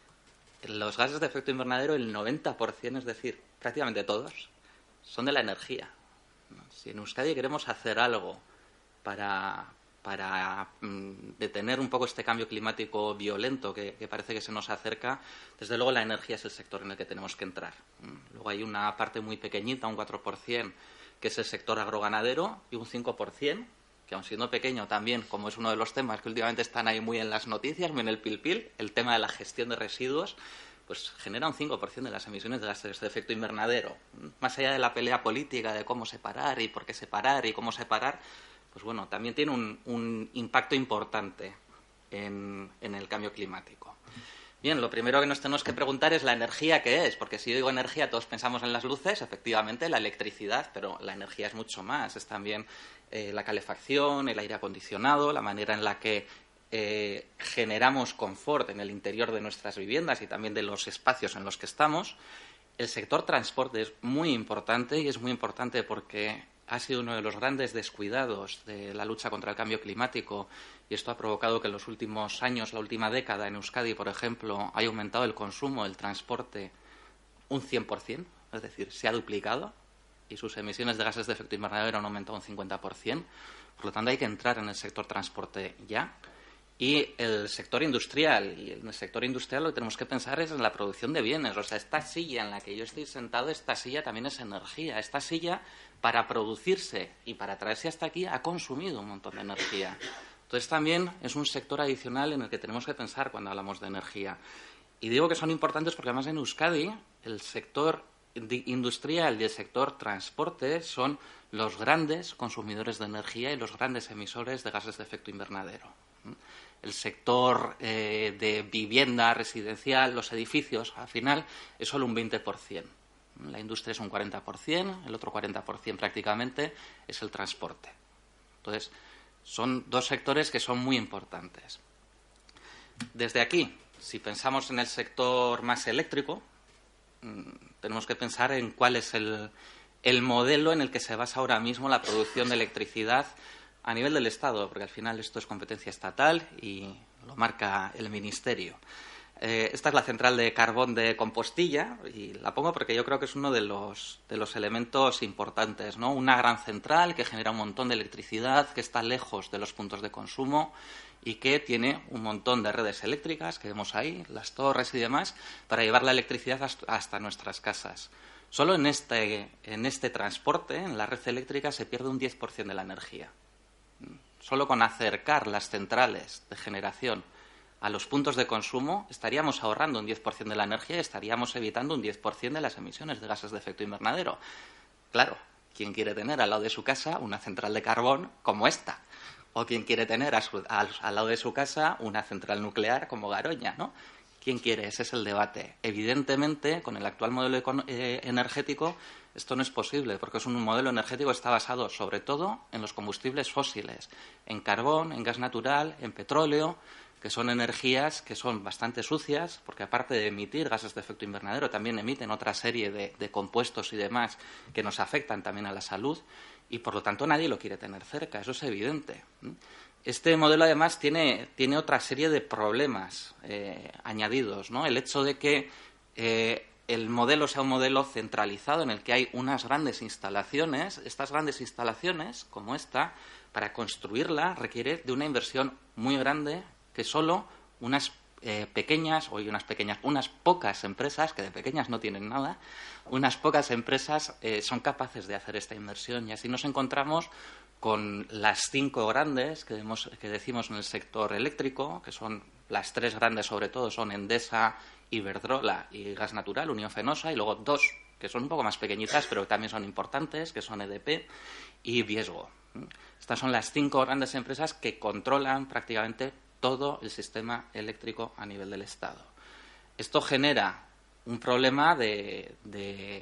[SPEAKER 7] los gases de efecto invernadero, el noventa por ciento, es decir, prácticamente todos, son de la energía. Si en Euskadi queremos hacer algo para, para mm, detener un poco este cambio climático violento que, que parece que se nos acerca, desde luego la energía es el sector en el que tenemos que entrar. Luego hay una parte muy pequeñita, un cuatro por ciento, que es el sector agroganadero, y un cinco por ciento, que aun siendo pequeño también, como es uno de los temas que últimamente están ahí muy en las noticias, muy en el pil pil, el tema de la gestión de residuos, pues genera un cinco por ciento de las emisiones de gases de efecto invernadero. Más allá de la pelea política de cómo separar y por qué separar y cómo separar, pues bueno, también tiene un, un impacto importante en, en el cambio climático. Bien, lo primero que nos tenemos que preguntar es la energía, ¿qué es? Porque si yo digo energía, todos pensamos en las luces, efectivamente, la electricidad, pero la energía es mucho más. Es también eh, la calefacción, el aire acondicionado, la manera en la que eh, generamos confort en el interior de nuestras viviendas y también de los espacios en los que estamos. El sector transporte es muy importante, y es muy importante porque ha sido uno de los grandes descuidados de la lucha contra el cambio climático, y esto ha provocado que en los últimos años, la última década, en Euskadi, por ejemplo, haya aumentado el consumo del transporte un cien por ciento, es decir, se ha duplicado, y sus emisiones de gases de efecto invernadero han aumentado un cincuenta por ciento. Por lo tanto, hay que entrar en el sector transporte ya. Y el sector industrial, y en el sector industrial lo que tenemos que pensar es en la producción de bienes. O sea, esta silla en la que yo estoy sentado, esta silla también es energía. Esta silla, para producirse y para traerse hasta aquí, ha consumido un montón de energía. Entonces, también es un sector adicional en el que tenemos que pensar cuando hablamos de energía. Y digo que son importantes porque, además, en Euskadi, el sector industrial y el sector transporte son los grandes consumidores de energía y los grandes emisores de gases de efecto invernadero. El sector eh, de vivienda residencial, los edificios, al final, es solo un veinte por ciento. La industria es un cuarenta por ciento, el otro cuarenta por ciento prácticamente es el transporte. Entonces, son dos sectores que son muy importantes. Desde aquí, si pensamos en el sector más eléctrico, tenemos que pensar en cuál es el, el modelo en el que se basa ahora mismo la producción de electricidad a nivel del Estado, porque al final esto es competencia estatal y lo marca el Ministerio. Eh, esta es la central de carbón de Compostilla y la pongo porque yo creo que es uno de los, de los elementos importantes, ¿no? Una gran central que genera un montón de electricidad, que está lejos de los puntos de consumo y que tiene un montón de redes eléctricas que vemos ahí, las torres y demás, para llevar la electricidad hasta, hasta nuestras casas. Solo en este, en este transporte, en la red eléctrica, se pierde un diez por ciento de la energía. Solo con acercar las centrales de generación a los puntos de consumo estaríamos ahorrando un diez por ciento de la energía y estaríamos evitando un diez por ciento de las emisiones de gases de efecto invernadero. Claro, ¿quién quiere tener al lado de su casa una central de carbón como esta? ¿O quién quiere tener a su, al, al lado de su casa una central nuclear como Garoña, ¿no? ¿Quién quiere? Ese es el debate. Evidentemente, con el actual modelo eh, energético, esto no es posible, porque es un modelo energético que está basado sobre todo en los combustibles fósiles, en carbón, en gas natural, en petróleo, que son energías que son bastante sucias, porque aparte de emitir gases de efecto invernadero, también emiten otra serie de, de compuestos y demás que nos afectan también a la salud, y por lo tanto nadie lo quiere tener cerca, eso es evidente. Este modelo además tiene, tiene otra serie de problemas eh, añadidos, ¿no? El hecho de que eh, el modelo sea un modelo centralizado en el que hay unas grandes instalaciones, estas grandes instalaciones, como esta, para construirla requiere de una inversión muy grande que solo unas eh, pequeñas, o unas pequeñas, unas pocas empresas, que de pequeñas no tienen nada, unas pocas empresas eh, son capaces de hacer esta inversión. Y así nos encontramos con las cinco grandes que, demos, que decimos en el sector eléctrico, que son las tres grandes sobre todo, son Endesa, Iberdrola y Gas Natural, Unión Fenosa, y luego dos que son un poco más pequeñitas, pero también son importantes, que son E D P y Viesgo. Estas son las cinco grandes empresas que controlan prácticamente todo el sistema eléctrico a nivel del Estado. Esto genera un problema de, de,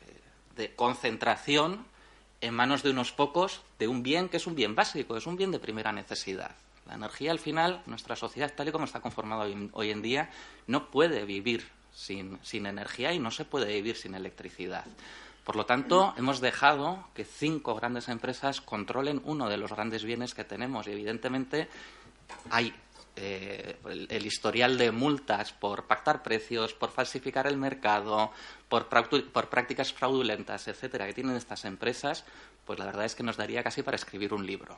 [SPEAKER 7] de concentración en manos de unos pocos de un bien que es un bien básico, es un bien de primera necesidad. La energía, al final, nuestra sociedad, tal y como está conformada hoy, hoy en día, no puede vivir sin, sin energía y no se puede vivir sin electricidad. Por lo tanto, hemos dejado que cinco grandes empresas controlen uno de los grandes bienes que tenemos y, evidentemente, hay eh, el, el historial de multas por pactar precios, por falsificar el mercado, por, por prácticas fraudulentas, etcétera, que tienen estas empresas, pues la verdad es que nos daría casi para escribir un libro.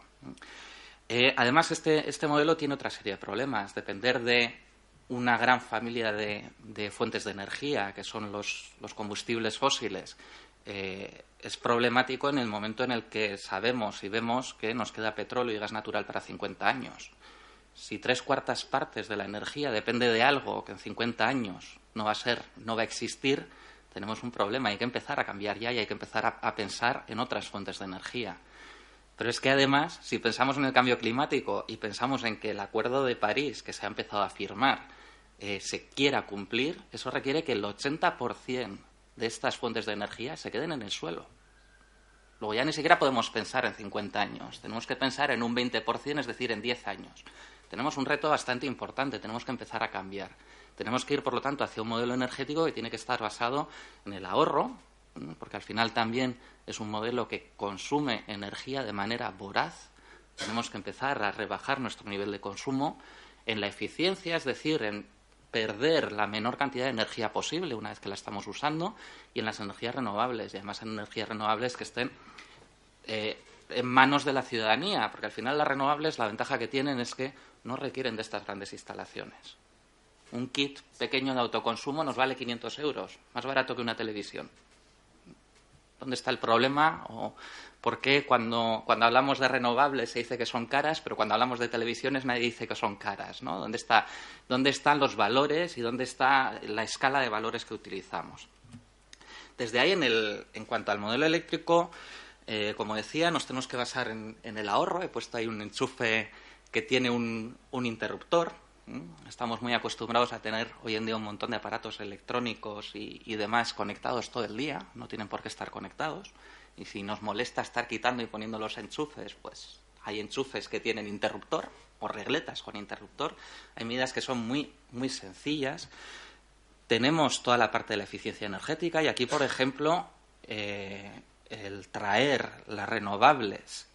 [SPEAKER 7] Eh, además, este, este modelo tiene otra serie de problemas. Depender de una gran familia de, de fuentes de energía, que son los, los combustibles fósiles, eh, es problemático en el momento en el que sabemos y vemos que nos queda petróleo y gas natural para cincuenta años. Si tres cuartas partes de la energía depende de algo que en cincuenta años no va a ser, no va a existir, tenemos un problema. Hay que empezar a cambiar ya y hay que empezar a, a pensar en otras fuentes de energía. Pero es que además, si pensamos en el cambio climático y pensamos en que el Acuerdo de París, que se ha empezado a firmar, eh, se quiera cumplir, eso requiere que el ochenta por ciento de estas fuentes de energía se queden en el suelo. Luego ya ni siquiera podemos pensar en cincuenta años. Tenemos que pensar en un veinte por ciento, es decir, en diez años. Tenemos un reto bastante importante, tenemos que empezar a cambiar. Tenemos que ir, por lo tanto, hacia un modelo energético que tiene que estar basado en el ahorro, porque al final también es un modelo que consume energía de manera voraz. Tenemos que empezar a rebajar nuestro nivel de consumo, en la eficiencia, es decir, en perder la menor cantidad de energía posible una vez que la estamos usando, y en las energías renovables, y además en energías renovables que estén eh, en manos de la ciudadanía, porque al final las renovables, la ventaja que tienen es que no requieren de estas grandes instalaciones. Un kit pequeño de autoconsumo nos vale quinientos euros, más barato que una televisión. ¿Dónde está el problema? ¿O por qué cuando, cuando hablamos de renovables se dice que son caras, pero cuando hablamos de televisiones nadie dice que son caras, ¿no? ¿Dónde está, dónde están los valores y dónde está la escala de valores que utilizamos? Desde ahí, en, el, en cuanto al modelo eléctrico, eh, como decía, nos tenemos que basar en, en el ahorro. He puesto ahí un enchufe que tiene un, un interruptor. Estamos muy acostumbrados a tener hoy en día un montón de aparatos electrónicos y, y demás conectados todo el día. No tienen por qué estar conectados. Y si nos molesta estar quitando y poniendo los enchufes, pues hay enchufes que tienen interruptor o regletas con interruptor. Hay medidas que son muy, muy sencillas. Tenemos toda la parte de la eficiencia energética y aquí, por ejemplo, eh, el traer las renovables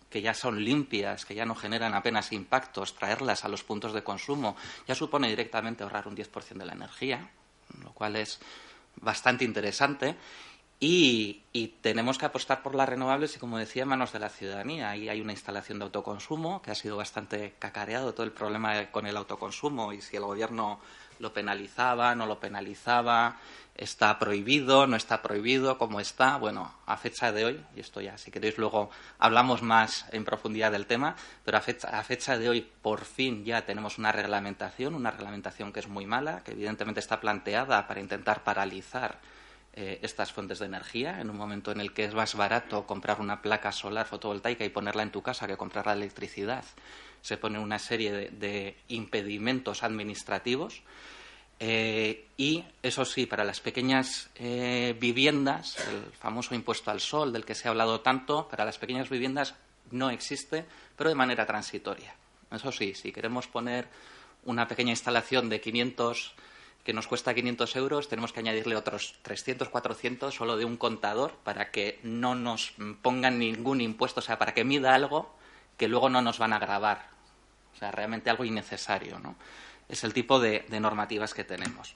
[SPEAKER 7] que ya son limpias, que ya no generan apenas impactos, traerlas a los puntos de consumo, ya supone directamente ahorrar un diez por ciento de la energía, lo cual es bastante interesante. Y, y tenemos que apostar por las renovables y, como decía, en manos de la ciudadanía. Ahí hay una instalación de autoconsumo que ha sido bastante cacareado, todo el problema con el autoconsumo y si el Gobierno lo penalizaba, no lo penalizaba, está prohibido, no está prohibido, cómo está. Bueno, a fecha de hoy, y esto ya, si queréis luego hablamos más en profundidad del tema, pero a fecha, a fecha de hoy por fin ya tenemos una reglamentación, una reglamentación que es muy mala, que evidentemente está planteada para intentar paralizar Eh, estas fuentes de energía, en un momento en el que es más barato comprar una placa solar fotovoltaica y ponerla en tu casa que comprar la electricidad. Se pone una serie de, de impedimentos administrativos eh, y, eso sí, para las pequeñas eh, viviendas, el famoso impuesto al sol del que se ha hablado tanto, para las pequeñas viviendas no existe, pero de manera transitoria. Eso sí, si queremos poner una pequeña instalación de quinientos que nos cuesta quinientos euros, tenemos que añadirle otros trescientos, cuatrocientos solo de un contador para que no nos pongan ningún impuesto, o sea, para que mida algo que luego no nos van a gravar. O sea, realmente algo innecesario, ¿no? Es el tipo de, de normativas que tenemos.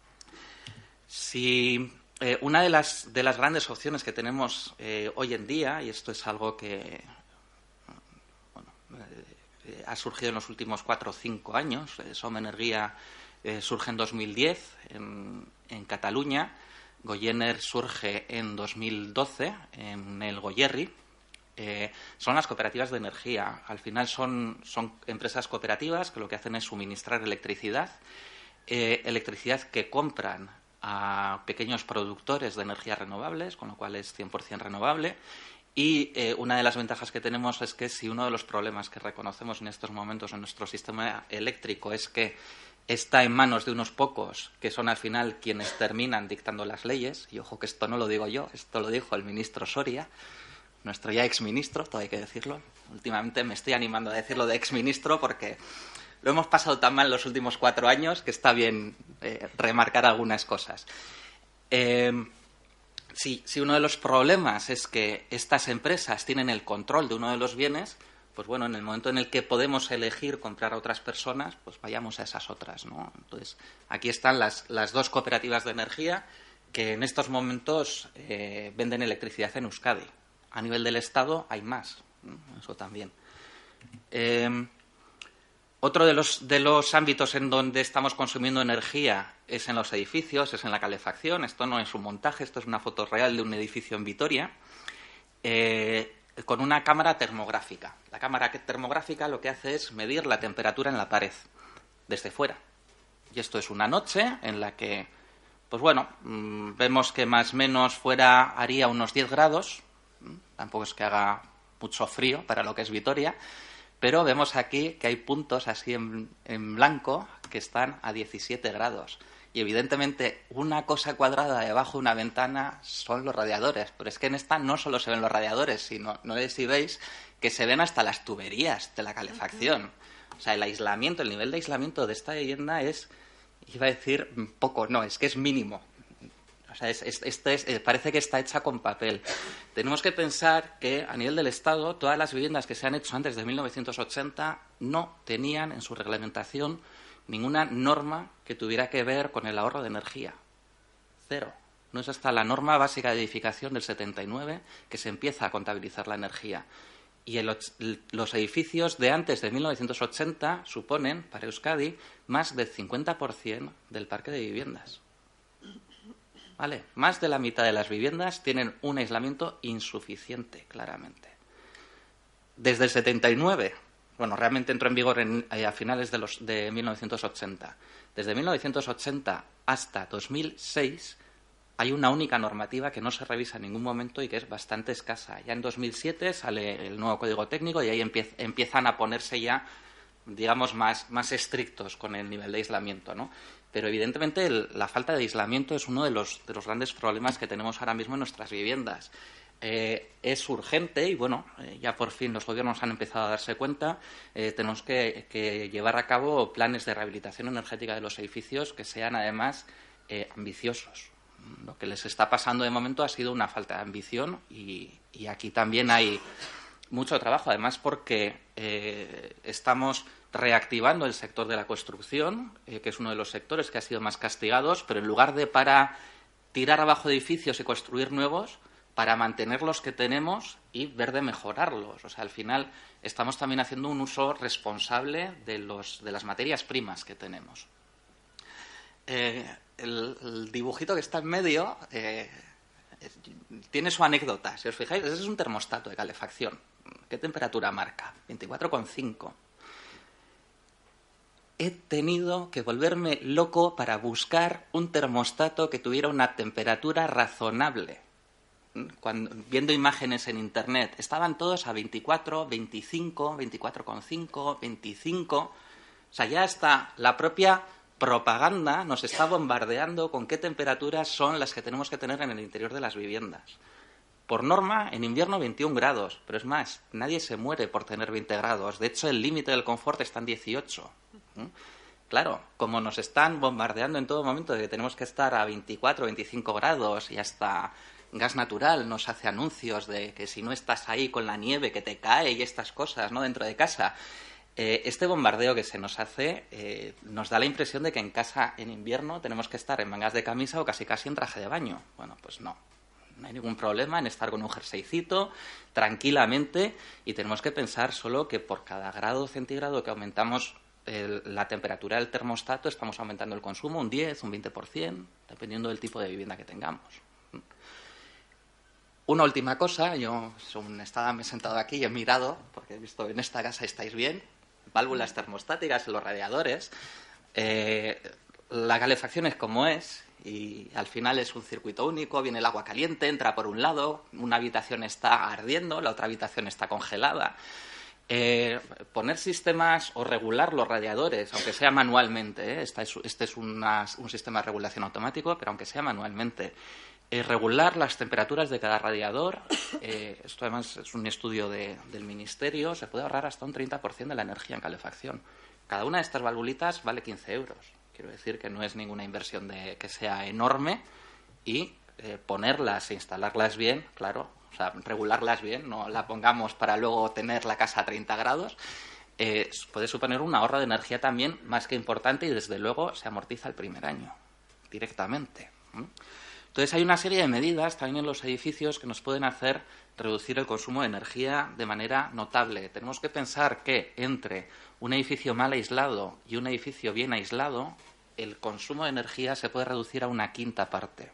[SPEAKER 7] Si eh, una de las, de las grandes opciones que tenemos eh, hoy en día, y esto es algo que bueno, eh, ha surgido en los últimos cuatro o cinco años, eh, Som Energia Eh, surge en dos mil diez en, en Cataluña, Goyener surge en dos mil doce en el Goyerri. Eh, son las cooperativas de energía. Al final son, son empresas cooperativas que lo que hacen es suministrar electricidad, eh, electricidad que compran a pequeños productores de energías renovables, con lo cual es cien por ciento renovable. Y eh, una de las ventajas que tenemos es que si uno de los problemas que reconocemos en estos momentos en nuestro sistema eléctrico es que está en manos de unos pocos que son al final quienes terminan dictando las leyes, y ojo que esto no lo digo yo, esto lo dijo el ministro Soria, nuestro ya exministro, todo hay que decirlo. Últimamente me estoy animando a decirlo de exministro porque lo hemos pasado tan mal los últimos cuatro años que está bien eh, remarcar algunas cosas. Eh, si, si uno de los problemas es que estas empresas tienen el control de uno de los bienes, pues bueno, en el momento en el que podemos elegir comprar a otras personas, pues vayamos a esas otras, ¿no? Entonces, aquí están las, las dos cooperativas de energía que en estos momentos eh, venden electricidad en Euskadi. A nivel del Estado hay más, ¿no? Eso también. Eh, otro de los, de los ámbitos en donde estamos consumiendo energía es en los edificios, es en la calefacción. Esto no es un montaje, esto es una foto real de un edificio en Vitoria. Eh, con una cámara termográfica. La cámara termográfica lo que hace es medir la temperatura en la pared, desde fuera. Y esto es una noche en la que, pues bueno, mmm, vemos que más o menos fuera haría unos diez grados, tampoco es que haga mucho frío para lo que es Vitoria, pero vemos aquí que hay puntos así en, en blanco que están a diecisiete grados. Y evidentemente una cosa cuadrada debajo de una ventana son los radiadores. Pero es que en esta no solo se ven los radiadores, sino, no sé si veis, que se ven hasta las tuberías de la calefacción. O sea, el aislamiento, el nivel de aislamiento de esta vivienda es, iba a decir poco, no, es que es mínimo. O sea, es, es, este es, parece que está hecha con papel. Tenemos que pensar que a nivel del Estado todas las viviendas que se han hecho antes de mil novecientos ochenta no tenían en su reglamentación ninguna norma que tuviera que ver con el ahorro de energía. Cero. No es hasta la norma básica de edificación del setenta y nueve que se empieza a contabilizar la energía. Y el, los edificios de antes de mil novecientos ochenta suponen, para Euskadi, más del cincuenta por ciento del parque de viviendas. ¿Vale? Más de la mitad de las viviendas tienen un aislamiento insuficiente, claramente. Desde el setenta y nueve... Bueno, realmente entró en vigor en, eh, a finales de, los, de mil novecientos ochenta. Desde mil novecientos ochenta hasta dos mil seis hay una única normativa que no se revisa en ningún momento y que es bastante escasa. Ya en dos mil siete sale el nuevo Código Técnico y ahí empiez, empiezan a ponerse ya, digamos, más, más estrictos con el nivel de aislamiento, ¿no? Pero evidentemente el, la falta de aislamiento es uno de los, de los grandes problemas que tenemos ahora mismo en nuestras viviendas. Eh, es urgente y, bueno, eh, ya por fin los gobiernos han empezado a darse cuenta. Eh, tenemos que, que llevar a cabo planes de rehabilitación energética de los edificios que sean, además, eh, ambiciosos. Lo que les está pasando de momento ha sido una falta de ambición y, y aquí también hay, mucho trabajo, además porque eh, estamos reactivando el sector de la construcción, eh, que es uno de los sectores que ha sido más castigados, pero en lugar de para tirar abajo edificios y construir nuevos, para mantener los que tenemos y ver de mejorarlos. O sea, al final estamos también haciendo un uso responsable de, los, de las materias primas que tenemos. Eh, el, el dibujito que está en medio eh, tiene su anécdota. Si os fijáis, ese es un termostato de calefacción. ¿Qué temperatura marca? veinticuatro coma cinco. He tenido que volverme loco para buscar un termostato que tuviera una temperatura razonable. Cuando, viendo imágenes en Internet, estaban todos a veinticuatro, veinticinco, veinticuatro coma cinco, veinticinco. O sea, ya está la propia propaganda nos está bombardeando con qué temperaturas son las que tenemos que tener en el interior de las viviendas. Por norma, en invierno veintiún grados, pero es más, nadie se muere por tener veinte grados. De hecho, el límite del confort está en dieciocho. ¿Mm? Claro, como nos están bombardeando en todo momento de que tenemos que estar a veinticuatro, veinticinco grados y hasta Gas Natural nos hace anuncios de que si no estás ahí con la nieve que te cae y estas cosas, ¿no?, dentro de casa. Eh, este bombardeo que se nos hace eh, nos da la impresión de que en casa en invierno tenemos que estar en mangas de camisa o casi casi en traje de baño. Bueno, pues no. No hay ningún problema en estar con un jerseycito tranquilamente y tenemos que pensar solo que por cada grado centígrado que aumentamos el, la temperatura del termostato estamos aumentando el consumo un diez, un veinte por ciento, dependiendo del tipo de vivienda que tengamos. Una última cosa, yo según estaba me he sentado aquí y he mirado, porque he visto en esta casa estáis bien, válvulas termostáticas en los radiadores. Eh, la calefacción es como es y al final es un circuito único, viene el agua caliente, entra por un lado, una habitación está ardiendo, la otra habitación está congelada. Eh, poner sistemas o regular los radiadores, aunque sea manualmente, ¿eh? Esta es, este es una, un sistema de regulación automático, pero aunque sea manualmente, eh, regular las temperaturas de cada radiador, eh, esto además es un estudio de, del Ministerio, se puede ahorrar hasta un treinta por ciento de la energía en calefacción. Cada una de estas valvulitas vale quince euros. Quiero decir que no es ninguna inversión de, que sea enorme y eh, ponerlas e instalarlas bien, claro, o sea, regularlas bien, no la pongamos para luego tener la casa a treinta grados, eh, puede suponer un ahorro de energía también más que importante y desde luego se amortiza el primer año directamente. ¿Mm? Entonces hay una serie de medidas también en los edificios que nos pueden hacer reducir el consumo de energía de manera notable. Tenemos que pensar que entre un edificio mal aislado y un edificio bien aislado, el consumo de energía se puede reducir a una quinta parte.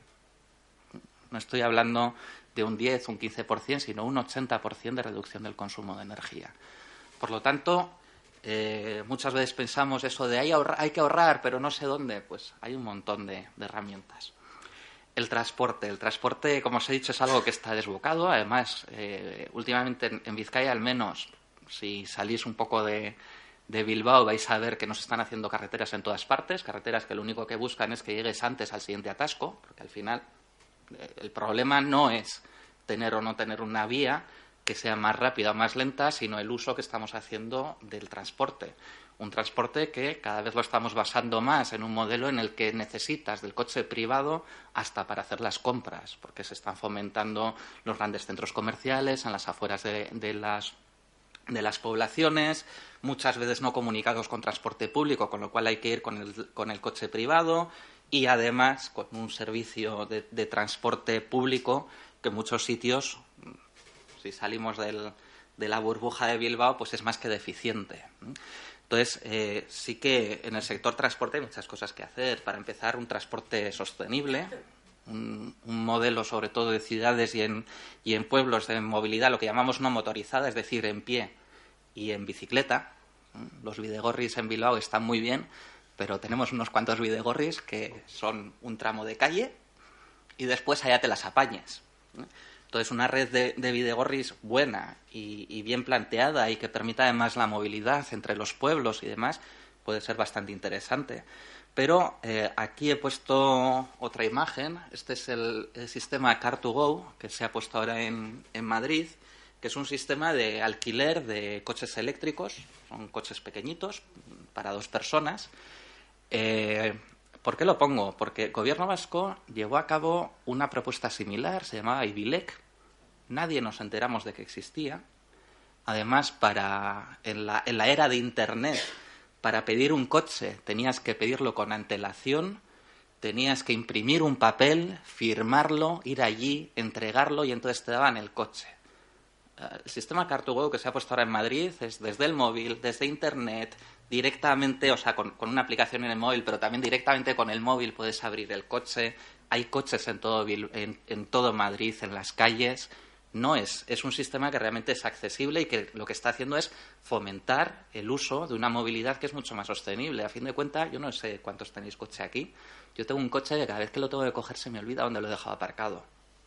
[SPEAKER 7] No estoy hablando de un diez, un quince por ciento, sino un ochenta por ciento de reducción del consumo de energía. Por lo tanto, eh, muchas veces pensamos eso de hay, ahorra, hay que ahorrar, pero no sé dónde. Pues hay un montón de, de herramientas. El transporte. El transporte, como os he dicho, es algo que está desbocado. Además, eh, últimamente en, en Vizcaya, al menos, si salís un poco de, de Bilbao, vais a ver que no se están haciendo carreteras en todas partes. Carreteras que lo único que buscan es que llegues antes al siguiente atasco, porque al final eh, el problema no es tener o no tener una vía que sea más rápida o más lenta, sino el uso que estamos haciendo del transporte. Un transporte que cada vez lo estamos basando más en un modelo en el que necesitas del coche privado hasta para hacer las compras, porque se están fomentando los grandes centros comerciales en las afueras de, de, las, de las poblaciones, muchas veces no comunicados con transporte público, con lo cual hay que ir con el, con el coche privado y además con un servicio de, de transporte público que en muchos sitios, si salimos del, de la burbuja de Bilbao, pues es más que deficiente. Entonces, eh, sí que en el sector transporte hay muchas cosas que hacer. Para empezar, un transporte sostenible, un, un modelo sobre todo de ciudades y en, y en pueblos de movilidad, lo que llamamos no motorizada, es decir, en pie y en bicicleta. Los bidegorris en Bilbao están muy bien, pero tenemos unos cuantos bidegorris que son un tramo de calle y después allá te las apañes. Entonces, una red de, de bidegorris buena y, y bien planteada y que permita además la movilidad entre los pueblos y demás puede ser bastante interesante. Pero eh, aquí he puesto otra imagen. Este es el, el sistema Car to Go que se ha puesto ahora en, en Madrid, que es un sistema de alquiler de coches eléctricos. Son coches pequeñitos para dos personas. Eh, ¿Por qué lo pongo? Porque el Gobierno vasco llevó a cabo una propuesta similar, se llamaba Ibilec. Nadie nos enteramos de que existía. Además, para en la, en la era de Internet, para pedir un coche tenías que pedirlo con antelación, tenías que imprimir un papel, firmarlo, ir allí, entregarlo y entonces te daban el coche. El sistema Car to Go que se ha puesto ahora en Madrid es desde el móvil, desde Internet, directamente, o sea, con, con una aplicación en el móvil, pero también directamente con el móvil puedes abrir el coche. Hay coches en todo, en, en todo Madrid, en las calles. No es, es un sistema que realmente es accesible y que lo que está haciendo es fomentar el uso de una movilidad que es mucho más sostenible. A fin de cuentas, yo no sé cuántos tenéis coche aquí. Yo tengo un coche que cada vez que lo tengo que coger se me olvida dónde lo he dejado aparcado.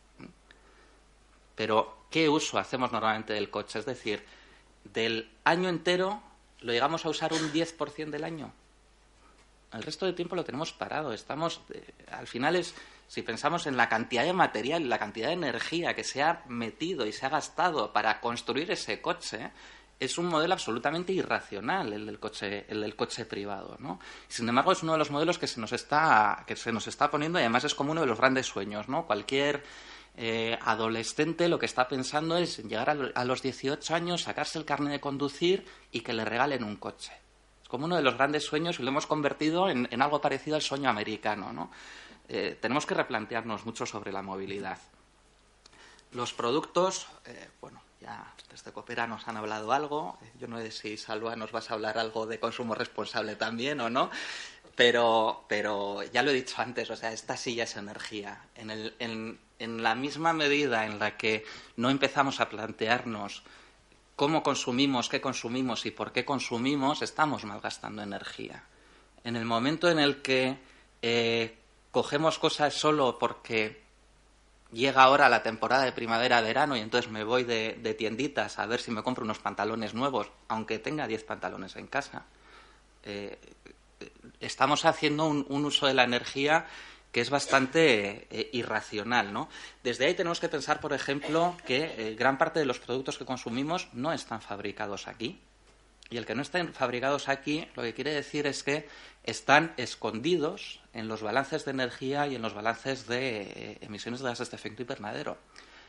[SPEAKER 7] Pero, ¿qué uso hacemos normalmente del coche? Es decir, del año entero lo llegamos a usar un diez por ciento del año. El resto del tiempo lo tenemos parado. Estamos, eh, al final es, si pensamos en la cantidad de material, la cantidad de energía que se ha metido y se ha gastado para construir ese coche, es un modelo absolutamente irracional el del coche, el del coche privado, ¿no? Sin embargo, es uno de los modelos que se nos está, que se nos está poniendo y además es como uno de los grandes sueños, ¿no? Cualquier eh, adolescente lo que está pensando es llegar a, a los dieciocho años, sacarse el carnet de conducir y que le regalen un coche. Es como uno de los grandes sueños y lo hemos convertido en, en algo parecido al sueño americano, ¿no? Eh, tenemos que replantearnos mucho sobre la movilidad. Los productos, eh, bueno, ya desde Coopera nos han hablado algo. Yo no sé si, Salva, nos vas a hablar algo de consumo responsable también o no, pero, pero ya lo he dicho antes, o sea, esta sí ya es energía. En, el, en, en la misma medida en la que no empezamos a plantearnos cómo consumimos, qué consumimos y por qué consumimos, estamos malgastando energía. En el momento en el que eh, cogemos cosas solo porque llega ahora la temporada de primavera-verano y entonces me voy de, de tienditas a ver si me compro unos pantalones nuevos, aunque tenga diez pantalones en casa, eh, estamos haciendo un, un uso de la energía que es bastante eh, irracional, ¿no? Desde ahí tenemos que pensar, por ejemplo, que eh, gran parte de los productos que consumimos no están fabricados aquí. Y el que no estén fabricados aquí, lo que quiere decir es que están escondidos en los balances de energía y en los balances de eh, emisiones de gases de efecto invernadero.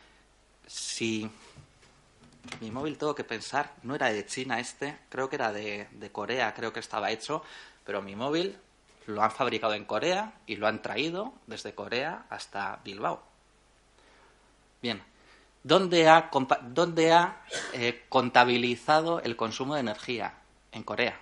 [SPEAKER 7] Si mi móvil, tengo que pensar, no era de China este, creo que era de, de Corea, creo que estaba hecho, pero mi móvil lo han fabricado en Corea y lo han traído desde Corea hasta Bilbao. Bien, ¿dónde ha, dónde ha eh, contabilizado el consumo de energía? En Corea.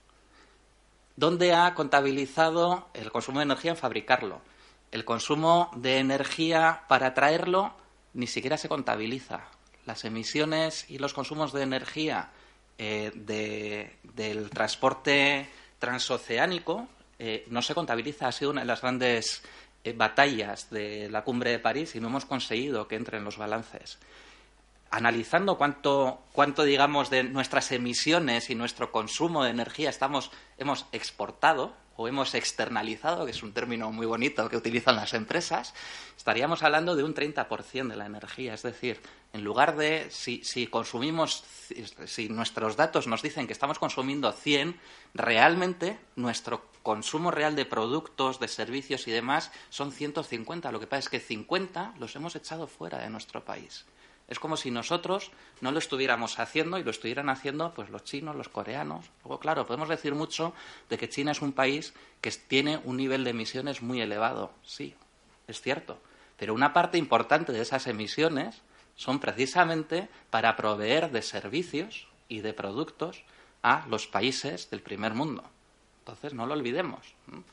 [SPEAKER 7] ¿Dónde ha contabilizado el consumo de energía en fabricarlo? El consumo de energía para traerlo ni siquiera se contabiliza. Las emisiones y los consumos de energía eh, de, del transporte transoceánico eh, no se contabiliza. Ha sido una de las grandes eh, batallas de la Cumbre de París y no hemos conseguido que entre en los balances. Analizando cuánto, cuánto, digamos, de nuestras emisiones y nuestro consumo de energía estamos, hemos exportado o hemos externalizado, que es un término muy bonito que utilizan las empresas, estaríamos hablando de un treinta por ciento de la energía. Es decir, en lugar de, si, si consumimos, si nuestros datos nos dicen que estamos consumiendo cien, realmente nuestro consumo real de productos, de servicios y demás son ciento cincuenta. Lo que pasa es que cincuenta los hemos echado fuera de nuestro país. Es como si nosotros no lo estuviéramos haciendo y lo estuvieran haciendo pues los chinos, los coreanos. Luego, claro, podemos decir mucho de que China es un país que tiene un nivel de emisiones muy elevado. Sí, es cierto. Pero una parte importante de esas emisiones son precisamente para proveer de servicios y de productos a los países del primer mundo. Entonces, no lo olvidemos.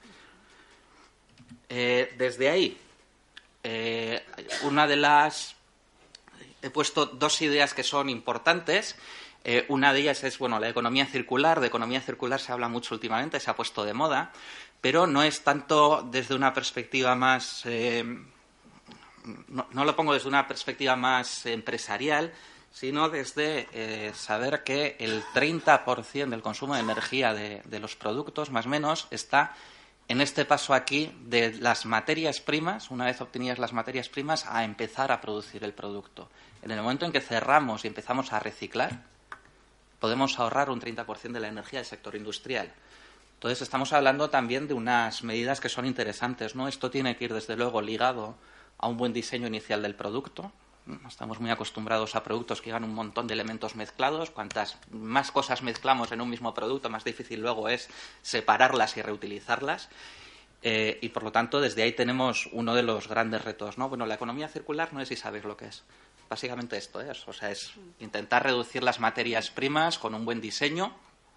[SPEAKER 7] Eh, desde ahí, eh, una de las... He puesto dos ideas que son importantes. Eh, una de ellas es, bueno, la economía circular. De economía circular se habla mucho últimamente, se ha puesto de moda, pero no es tanto desde una perspectiva más... Eh, no, no lo pongo desde una perspectiva más empresarial, sino desde eh, saber que el treinta por ciento del consumo de energía de, de los productos, más o menos, está en este paso aquí de las materias primas, una vez obtenidas las materias primas, a empezar a producir el producto. En el momento en que cerramos y empezamos a reciclar, podemos ahorrar un treinta por ciento de la energía del sector industrial. Entonces, estamos hablando también de unas medidas que son interesantes, ¿no? Esto tiene que ir, desde luego, ligado a un buen diseño inicial del producto. Estamos muy acostumbrados a productos que llevan un montón de elementos mezclados. Cuantas más cosas mezclamos en un mismo producto, más difícil luego es separarlas y reutilizarlas. Eh, y, por lo tanto, desde ahí tenemos uno de los grandes retos, ¿no? Bueno, la economía circular, no sé si sabéis lo que es. Básicamente esto es, o sea, es intentar reducir las materias primas con un buen diseño,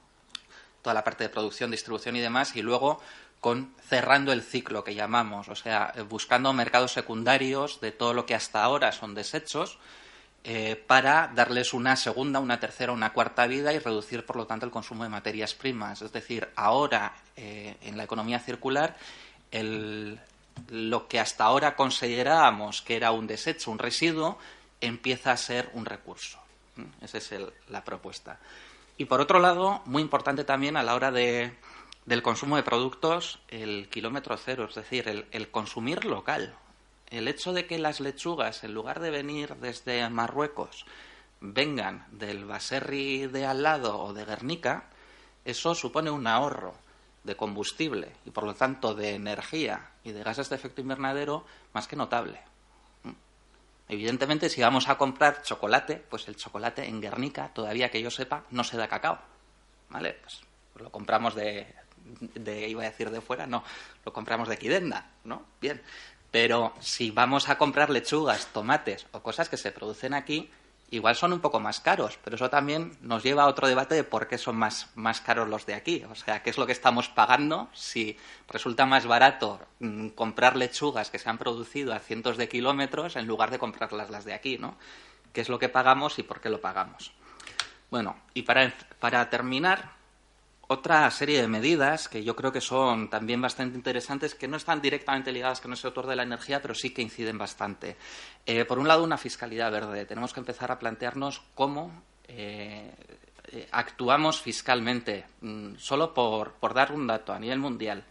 [SPEAKER 7] toda la parte de producción, distribución y demás, y luego con cerrando el ciclo que llamamos, o sea, buscando mercados secundarios de todo lo que hasta ahora son desechos eh, para darles una segunda, una tercera, una cuarta vida y reducir, por lo tanto, el consumo de materias primas. Es decir, ahora eh, en la economía circular el, lo que hasta ahora considerábamos que era un desecho, un residuo, empieza a ser un recurso. Esa es el, la propuesta. Y, por otro lado, muy importante también a la hora de del consumo de productos, el kilómetro cero, es decir, el, el consumir local. El hecho de que las lechugas, en lugar de venir desde Marruecos, vengan del baserri de al lado o de Guernica, eso supone un ahorro de combustible y, por lo tanto, de energía y de gases de efecto invernadero más que notable. Evidentemente, si vamos a comprar chocolate, pues el chocolate en Guernica, todavía que yo sepa, no se da cacao. ¿Vale? Pues lo compramos de... de iba a decir de fuera, no, lo compramos de Quidenda, ¿no? Bien, pero si vamos a comprar lechugas, tomates o cosas que se producen aquí, igual son un poco más caros, pero eso también nos lleva a otro debate de por qué son más, más caros los de aquí, o sea, qué es lo que estamos pagando si resulta más barato mmm, comprar lechugas que se han producido a cientos de kilómetros en lugar de comprarlas las de aquí, ¿no? ¿Qué es lo que pagamos y por qué lo pagamos? Bueno, y para, para terminar, otra serie de medidas que yo creo que son también bastante interesantes, que no están directamente ligadas con el sector de la energía, pero sí que inciden bastante. Eh, por un lado, una fiscalidad verde. Tenemos que empezar a plantearnos cómo eh, eh, actuamos fiscalmente. Mm, solo por, por dar un dato a nivel mundial,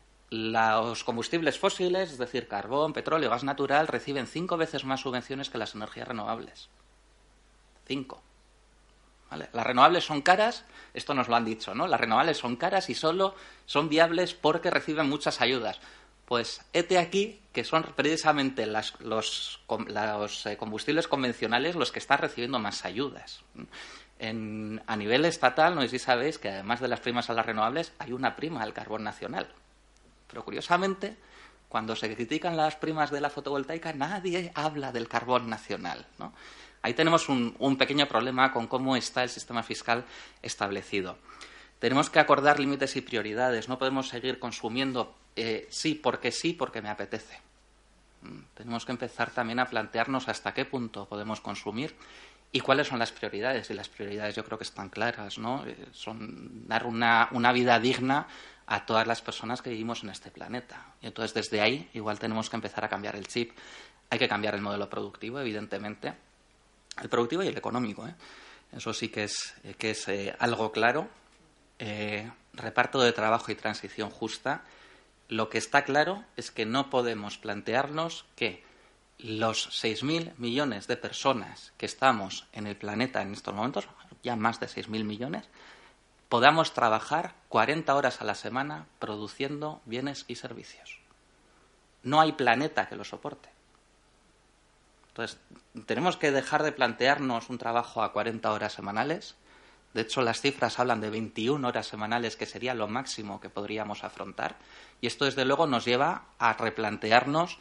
[SPEAKER 7] los combustibles fósiles, es decir, carbón, petróleo, gas natural, reciben cinco veces más subvenciones que las energías renovables. Cinco. ¿Vale? Las renovables son caras, esto nos lo han dicho, ¿no? Las renovables son caras y solo son viables porque reciben muchas ayudas. Pues hete aquí que son precisamente las, los, los combustibles convencionales los que están recibiendo más ayudas. En, a nivel estatal, no sé si sabéis que además de las primas a las renovables hay una prima al carbón nacional. Pero curiosamente, cuando se critican las primas de la fotovoltaica, nadie habla del carbón nacional, ¿no? Ahí tenemos un, un pequeño problema con cómo está el sistema fiscal establecido. Tenemos que acordar límites y prioridades. No podemos seguir consumiendo eh, sí porque sí, porque me apetece. Tenemos que empezar también a plantearnos hasta qué punto podemos consumir y cuáles son las prioridades. Y las prioridades yo creo que están claras, ¿no? Eh, son dar una, una vida digna a todas las personas que vivimos en este planeta. Y entonces, desde ahí, igual tenemos que empezar a cambiar el chip. Hay que cambiar el modelo productivo, evidentemente. El productivo y el económico, ¿eh? Eso sí que es, que es eh, algo claro. Eh, reparto de trabajo y transición justa. Lo que está claro es que no podemos plantearnos que los seis mil millones de personas que estamos en el planeta en estos momentos, ya más de seis mil millones, podamos trabajar cuarenta horas a la semana produciendo bienes y servicios. No hay planeta que lo soporte. Entonces, tenemos que dejar de plantearnos un trabajo a cuarenta horas semanales. De hecho, las cifras hablan de veintiuna horas semanales, que sería lo máximo que podríamos afrontar. Y esto, desde luego, nos lleva a replantearnos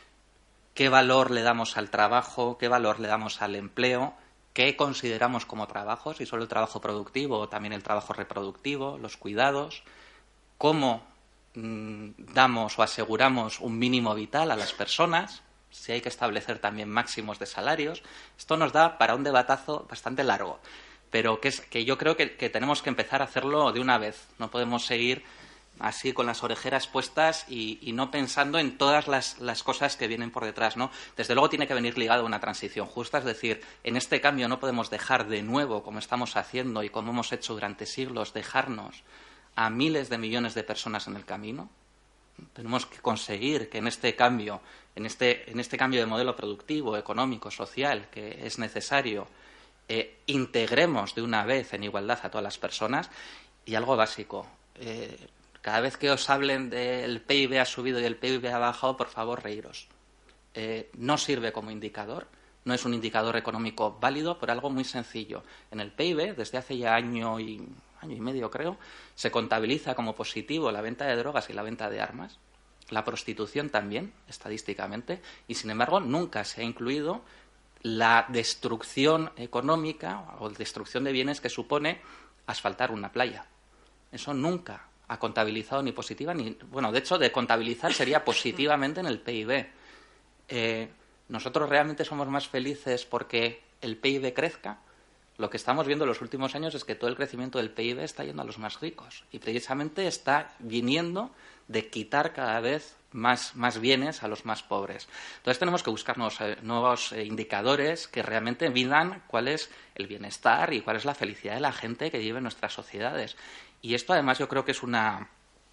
[SPEAKER 7] qué valor le damos al trabajo, qué valor le damos al empleo, qué consideramos como trabajo, si solo el trabajo productivo o también el trabajo reproductivo, los cuidados, cómo mmm, damos o aseguramos un mínimo vital a las personas, si hay que establecer también máximos de salarios. Esto nos da para un debatazo bastante largo, pero que, es, que yo creo que, que tenemos que empezar a hacerlo de una vez. No podemos seguir así con las orejeras puestas y, y no pensando en todas las, las cosas que vienen por detrás, ¿no? Desde luego tiene que venir ligado a una transición justa, es decir, en este cambio no podemos dejar de nuevo, como estamos haciendo y como hemos hecho durante siglos, dejarnos a miles de millones de personas en el camino. Tenemos que conseguir que en este cambio, en este, en este cambio de modelo productivo, económico, social, que es necesario, eh, integremos de una vez en igualdad a todas las personas. Y algo básico, eh, cada vez que os hablen del P I B ha subido y el P I B ha bajado, por favor, reíros. Eh, no sirve como indicador, no es un indicador económico válido por algo muy sencillo. En el P I B, desde hace ya año y, año y medio, creo, se contabiliza como positivo la venta de drogas y la venta de armas, la prostitución también, estadísticamente, y sin embargo nunca se ha incluido la destrucción económica o destrucción de bienes que supone asfaltar una playa. Eso nunca ha contabilizado ni positiva ni... Bueno, de hecho, de contabilizar sería positivamente en el P I B. Eh, nosotros realmente somos más felices porque el P I B crezca. Lo que estamos viendo en los últimos años es que todo el crecimiento del P I B está yendo a los más ricos y precisamente está viniendo de quitar cada vez más, más bienes a los más pobres. Entonces tenemos que buscarnos eh, nuevos eh, indicadores que realmente midan cuál es el bienestar y cuál es la felicidad de la gente que vive en nuestras sociedades. Y esto además yo creo que es una...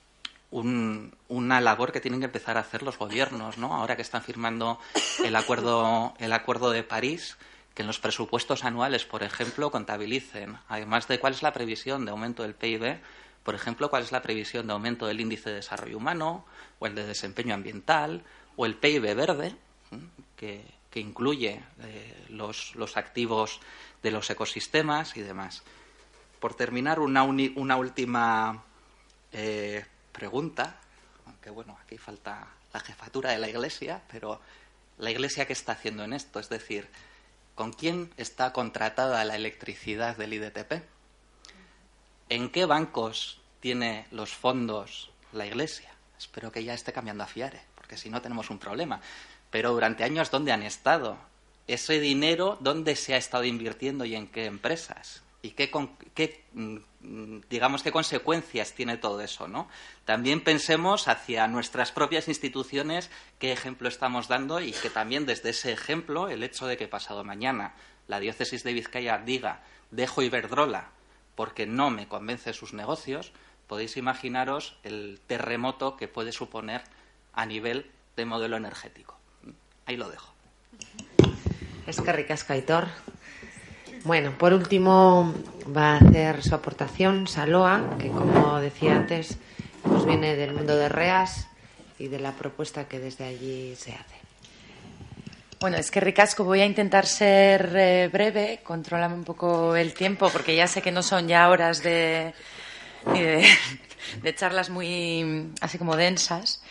[SPEAKER 7] Un, una labor que tienen que empezar a hacer los gobiernos, ¿no? Ahora que están firmando el acuerdo, el acuerdo de París, que en los presupuestos anuales, por ejemplo, contabilicen, además de cuál es la previsión de aumento del P I B, por ejemplo, cuál es la previsión de aumento del índice de desarrollo humano, o el de desempeño ambiental, o el P I B verde, que, que incluye eh, los, los activos de los ecosistemas y demás. Por terminar, una, uni, una última eh, pregunta, aunque bueno, aquí falta la jefatura de la Iglesia, pero ¿la Iglesia qué está haciendo en esto? Es decir, ¿con quién está contratada la electricidad del I D T P? ¿En qué bancos tiene los fondos la Iglesia? Espero que ya esté cambiando a Fiare, porque si no tenemos un problema. Pero durante años, ¿dónde han estado? Ese dinero, ¿dónde se ha estado invirtiendo y en qué empresas? ¿Y qué, qué, digamos, qué consecuencias tiene todo eso, ¿no? También pensemos hacia nuestras propias instituciones qué ejemplo estamos dando y que también desde ese ejemplo, el hecho de que pasado mañana la diócesis de Vizcaya diga dejo Iberdrola porque no me convence sus negocios, podéis imaginaros el terremoto que puede suponer a nivel de modelo energético. Ahí lo dejo.
[SPEAKER 1] Eskerrik asko, Aitor. Bueno, por último va a hacer su aportación Saloa, que como decía antes, pues viene del mundo de REAS y de la propuesta que desde allí se hace.
[SPEAKER 3] Bueno, es que ricasco, voy a intentar ser eh, breve, contrólame un poco el tiempo, porque ya sé que no son ya horas de, de, de charlas muy así como densas.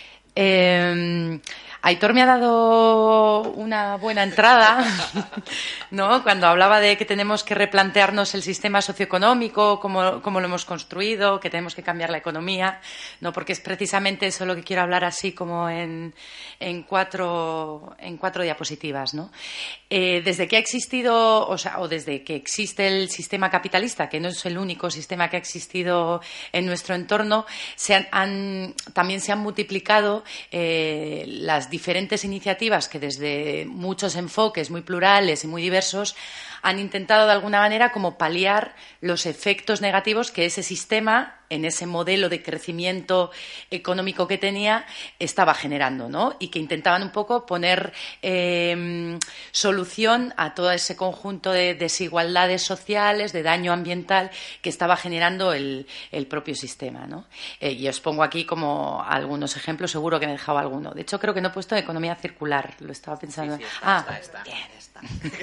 [SPEAKER 3] Eh, Aitor me ha dado una buena entrada, ¿no? Cuando hablaba de que tenemos que replantearnos el sistema socioeconómico, cómo, cómo lo hemos construido, que tenemos que cambiar la economía, ¿no? Porque es precisamente eso lo que quiero hablar así como en, en, cuatro, en cuatro diapositivas, ¿no? Eh, desde que ha existido, o sea, o desde que existe el sistema capitalista, que no es el único sistema que ha existido en nuestro entorno, se han, han, también se han multiplicado eh, las diferentes iniciativas que desde muchos enfoques muy plurales y muy diversos han intentado de alguna manera como paliar los efectos negativos que ese sistema, en ese modelo de crecimiento económico que tenía, estaba generando, ¿no? Y que intentaban un poco poner eh, solución a todo ese conjunto de desigualdades sociales, de daño ambiental que estaba generando el, el propio sistema, ¿no? Eh, y os pongo aquí como algunos ejemplos, seguro que me he dejado alguno. De hecho, creo que no he puesto economía circular, lo estaba pensando.
[SPEAKER 7] Sí, sí, está,
[SPEAKER 3] ah,
[SPEAKER 7] está, está,
[SPEAKER 3] bien.
[SPEAKER 7] está.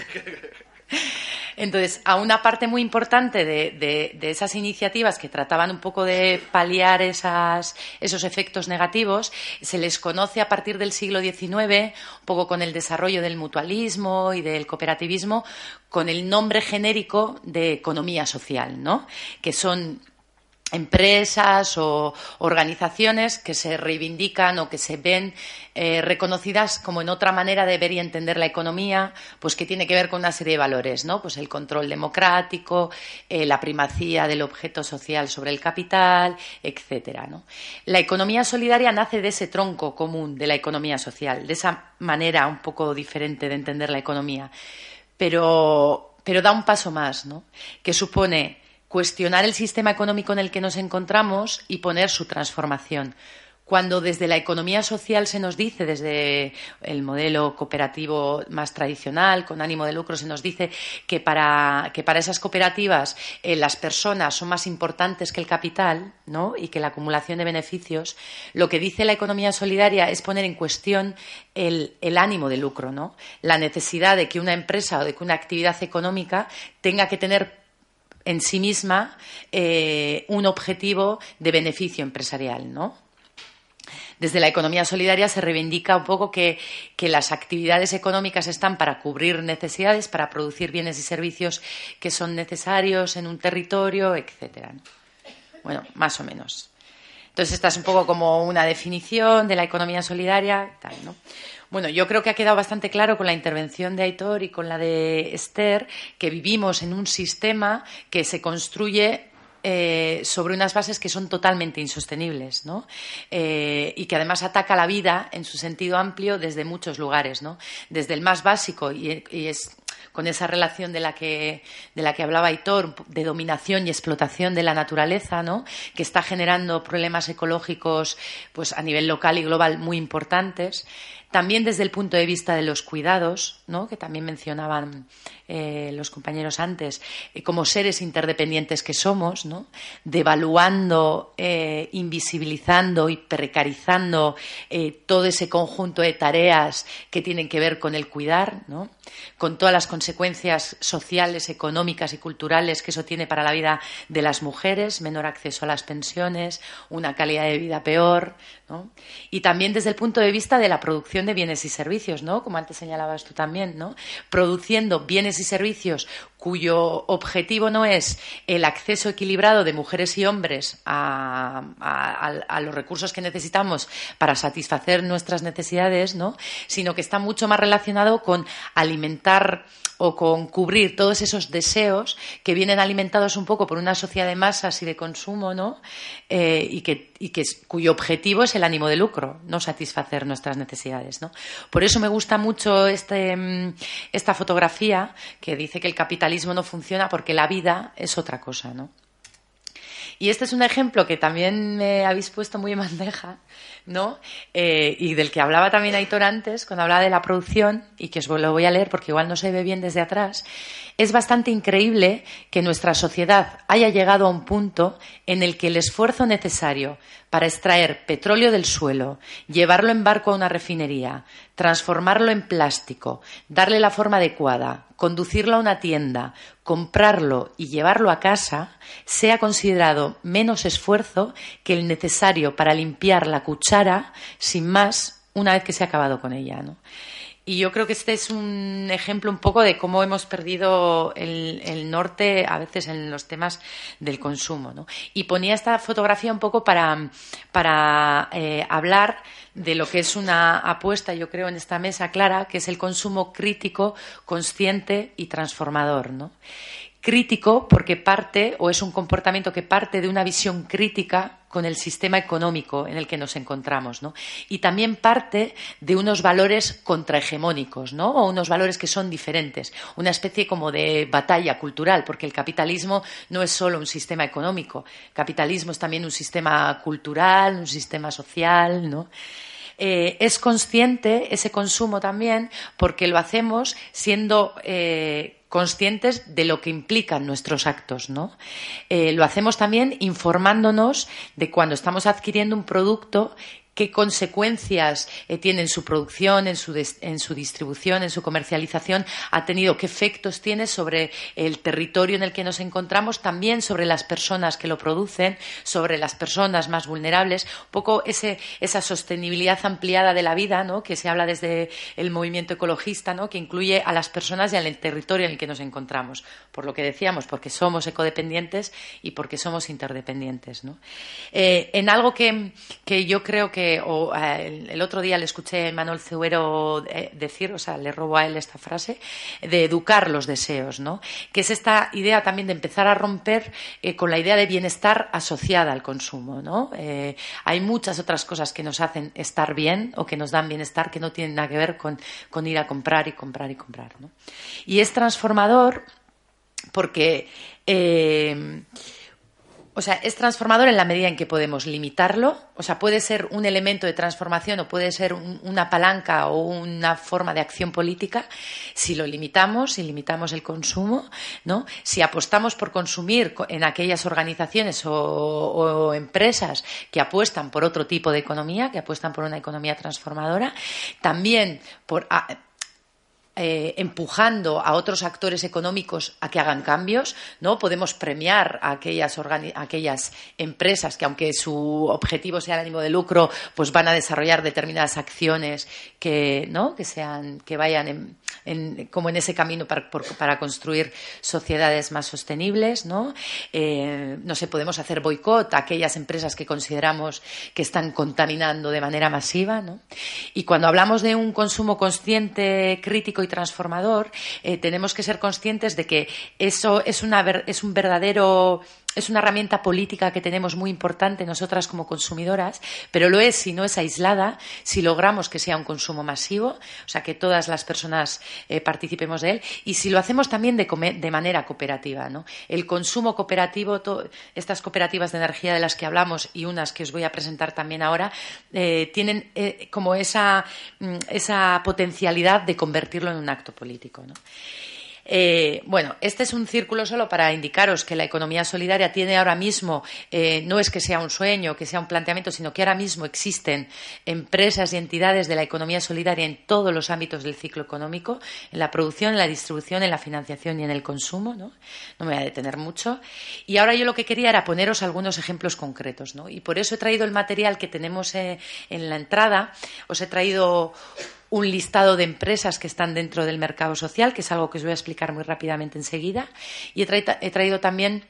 [SPEAKER 3] Entonces, a una parte muy importante de, de, de esas iniciativas que trataban un poco de paliar esas, esos efectos negativos, se les conoce a partir del siglo diecinueve, un poco con el desarrollo del mutualismo y del cooperativismo, con el nombre genérico de economía social, ¿no? Que son empresas o organizaciones que se reivindican o que se ven eh, reconocidas como en otra manera de ver y entender la economía, pues que tiene que ver con una serie de valores, ¿no? Pues el control democrático, eh, la primacía del objeto social sobre el capital, etcétera, ¿no? La economía solidaria nace de ese tronco común de la economía social, de esa manera un poco diferente de entender la economía, pero, pero da un paso más, ¿no? Que supone cuestionar el sistema económico en el que nos encontramos y poner su transformación. cuando desde la economía social se nos dice, desde el modelo cooperativo más tradicional, con ánimo de lucro, se nos dice que para, que para esas cooperativas eh, las personas son más importantes que el capital, ¿no? Y que la acumulación de beneficios, lo que dice la economía solidaria es poner en cuestión el, el ánimo de lucro, ¿no? La necesidad de que una empresa o de que una actividad económica tenga que tener en sí misma eh, un objetivo de beneficio empresarial, ¿no? Desde la economía solidaria se reivindica un poco que, que las actividades económicas están para cubrir necesidades, para producir bienes y servicios que son necesarios en un territorio, etcétera, ¿no? Bueno, más o menos. Entonces, esta es un poco como una definición de la economía solidaria y tal, ¿no? Bueno, yo creo que ha quedado bastante claro con la intervención de Aitor y con la de Esther que vivimos en un sistema que se construye Eh, sobre unas bases que son totalmente insostenibles, ¿no? Eh, y que además ataca la vida en su sentido amplio desde muchos lugares, ¿no? Desde el más básico, y, y es con esa relación de la que de la que hablaba Aitor, de dominación y explotación de la naturaleza, ¿no? Que está generando problemas ecológicos pues a nivel local y global muy importantes. También desde el punto de vista de los cuidados, ¿no? Que también mencionaban eh, los compañeros antes, eh, como seres interdependientes que somos, ¿no? Devaluando, eh, invisibilizando y precarizando eh, todo ese conjunto de tareas que tienen que ver con el cuidar, ¿no? Con todas las consecuencias sociales, económicas y culturales que eso tiene para la vida de las mujeres, menor acceso a las pensiones, una calidad de vida peor, ¿no? Y también desde el punto de vista de la producción de bienes y servicios, ¿no? Como antes señalabas tú también, ¿no? Produciendo bienes y servicios cuyo objetivo no es el acceso equilibrado de mujeres y hombres a, a, a los recursos que necesitamos para satisfacer nuestras necesidades, ¿no? Sino que está mucho más relacionado con alimentar o con cubrir todos esos deseos que vienen alimentados un poco por una sociedad de masas y de consumo, ¿no? Eh, y que, y que cuyo objetivo es el ánimo de lucro, no satisfacer nuestras necesidades, ¿no? Por eso me gusta mucho este, esta fotografía que dice que el capitalismo no funciona porque la vida es otra cosa, ¿no? Y este es un ejemplo que también me habéis puesto muy en bandeja, ¿no? Eh, y del que hablaba también Aitor antes, cuando hablaba de la producción, y que os lo voy a leer porque igual no se ve bien desde atrás. Es bastante increíble que nuestra sociedad haya llegado a un punto en el que el esfuerzo necesario para extraer petróleo del suelo, llevarlo en barco a una refinería, transformarlo en plástico, darle la forma adecuada, conducirlo a una tienda, comprarlo y llevarlo a casa, sea considerado menos esfuerzo que el necesario para limpiar la cuchara sin más una vez que se ha acabado con ella, ¿no? Y yo creo que este es un ejemplo un poco de cómo hemos perdido el, el norte a veces en los temas del consumo, ¿no? Y ponía esta fotografía un poco para, para eh, hablar de lo que es una apuesta, yo creo, en esta mesa clara, que es el consumo crítico, consciente y transformador, ¿no? Crítico porque parte, o es un comportamiento que parte de una visión crítica con el sistema económico en el que nos encontramos, ¿no? Y también parte de unos valores contrahegemónicos, ¿no? O unos valores que son diferentes, una especie como de batalla cultural, porque el capitalismo no es solo un sistema económico, el capitalismo es también un sistema cultural, un sistema social, ¿no? Eh, es consciente ese consumo también porque lo hacemos siendo eh, conscientes de lo que implican nuestros actos, ¿no? Eh, lo hacemos también informándonos de cuando estamos adquiriendo un producto, qué consecuencias eh, tiene en su producción, en su, des- en su distribución, en su comercialización, ha tenido, qué efectos tiene sobre el territorio en el que nos encontramos, también sobre las personas que lo producen, sobre las personas más vulnerables, un poco ese, esa sostenibilidad ampliada de la vida, ¿no? Que se habla desde el movimiento ecologista, ¿no? Que incluye a las personas y al territorio en el que nos encontramos, por lo que decíamos, porque somos ecodependientes y porque somos interdependientes, ¿no? Eh, en algo que, que yo creo que O, eh, el, el otro día le escuché a Manuel Zuero eh, decir, o sea, le robo a él esta frase, de educar los deseos, ¿no? Que es esta idea también de empezar a romper eh, con la idea de bienestar asociada al consumo, ¿no? Eh, hay muchas otras cosas que nos hacen estar bien o que nos dan bienestar que no tienen nada que ver con, con ir a comprar y comprar y comprar, ¿no? Y es transformador porque... Eh, O sea, es transformador en la medida en que podemos limitarlo. O sea, puede ser un elemento de transformación o puede ser un, una palanca o una forma de acción política si lo limitamos, si limitamos el consumo, ¿no? Si apostamos por consumir en aquellas organizaciones o, o empresas que apuestan por otro tipo de economía, que apuestan por una economía transformadora, también por... A, Eh, empujando a otros actores económicos a que hagan cambios, ¿no? Podemos premiar a aquellas, organi- a aquellas empresas que, aunque su objetivo sea el ánimo de lucro, pues van a desarrollar determinadas acciones que, ¿no? que sean, que vayan en, en, como en ese camino para, por, para construir sociedades más sostenibles, ¿no? Eh, no sé, podemos hacer boicot a aquellas empresas que consideramos que están contaminando de manera masiva, ¿no? Y cuando hablamos de un consumo consciente, crítico y transformador, eh, tenemos que ser conscientes de que eso es, una, es un verdadero... Es una herramienta política que tenemos muy importante nosotras como consumidoras, pero lo es si no es aislada, si logramos que sea un consumo masivo, o sea, que todas las personas eh, participemos de él, y si lo hacemos también de, de manera cooperativa, ¿no? El consumo cooperativo, to, estas cooperativas de energía de las que hablamos y unas que os voy a presentar también ahora, eh, tienen eh, como esa, esa potencialidad de convertirlo en un acto político, ¿no? Eh, bueno, este es un círculo solo para indicaros que la economía solidaria tiene ahora mismo, eh, no es que sea un sueño, que sea un planteamiento, sino que ahora mismo existen empresas y entidades de la economía solidaria en todos los ámbitos del ciclo económico, en la producción, en la distribución, en la financiación y en el consumo, ¿no? No me voy a detener mucho. Y ahora yo lo que quería era poneros algunos ejemplos concretos, ¿no? Y por eso he traído el material que tenemos eh, en la entrada. Os he traído un listado de empresas que están dentro del mercado social, que es algo que os voy a explicar muy rápidamente enseguida. Y he traído, he traído también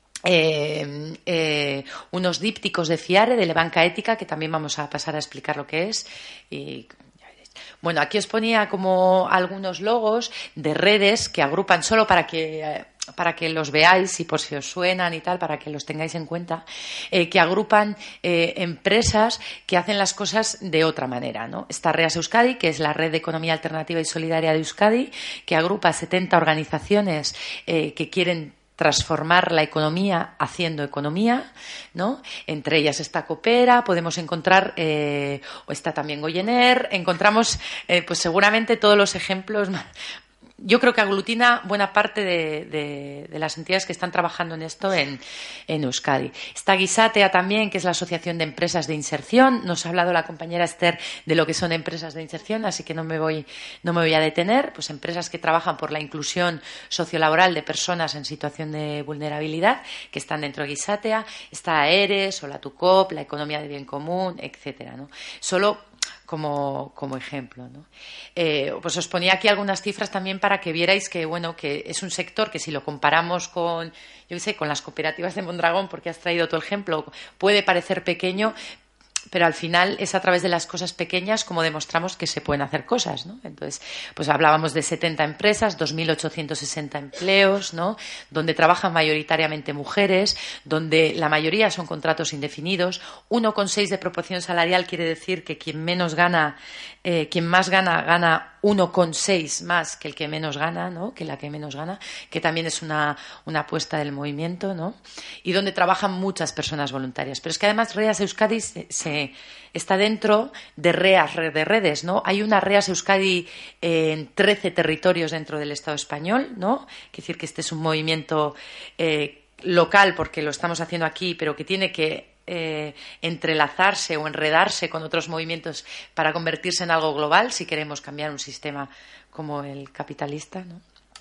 [SPEAKER 3] eh, eh, unos dípticos de FIARE, de la banca ética, que también vamos a pasar a explicar lo que es. Y, bueno, aquí os ponía como algunos logos de redes que agrupan, solo para que... Eh, para que los veáis y por si os suenan y tal, para que los tengáis en cuenta, eh, que agrupan eh, empresas que hacen las cosas de otra manera, ¿no? Está REAS Euskadi, que es la Red de Economía Alternativa y Solidaria de Euskadi, que agrupa setenta organizaciones eh, que quieren transformar la economía haciendo economía, ¿no? Entre ellas está Coopera, podemos encontrar, eh, o está también Goyener, encontramos eh, pues seguramente todos los ejemplos más. Yo creo que aglutina buena parte de, de, de las entidades que están trabajando en esto en, en Euskadi. Está Gisatea también, que es la Asociación de Empresas de Inserción. Nos ha hablado la compañera Esther de lo que son empresas de inserción, así que no me voy, no me voy a detener. Pues empresas que trabajan por la inclusión sociolaboral de personas en situación de vulnerabilidad, que están dentro de Gisatea. Está AERES, o la TUCOP, la Economía de Bien Común, etcétera, ¿no? Solo Como, como ejemplo, ¿no? Eh, pues os ponía aquí algunas cifras también para que vierais que, bueno, que es un sector que si lo comparamos con, yo qué sé, con las cooperativas de Mondragón, porque has traído tu ejemplo, puede parecer pequeño, pero al final es a través de las cosas pequeñas como demostramos que se pueden hacer cosas, ¿no? Entonces, pues hablábamos de setenta empresas, dos mil ochocientos sesenta empleos, ¿no? Donde trabajan mayoritariamente mujeres, donde la mayoría son contratos indefinidos, uno coma seis de proporción salarial quiere decir que quien menos gana, eh, quien más gana, gana uno coma seis más que el que menos gana, ¿no? Que la que menos gana, que también es una, una apuesta del movimiento, ¿no? Y donde trabajan muchas personas voluntarias. Pero es que además REAS Euskadi se, se está dentro de REAS, de redes, ¿no? Hay una REAS Euskadi en trece territorios dentro del Estado español, ¿no? Quiere decir que este es un movimiento eh, local porque lo estamos haciendo aquí, pero que tiene que Eh, entrelazarse o enredarse con otros movimientos para convertirse en algo global si queremos cambiar un sistema como el capitalista, ¿no?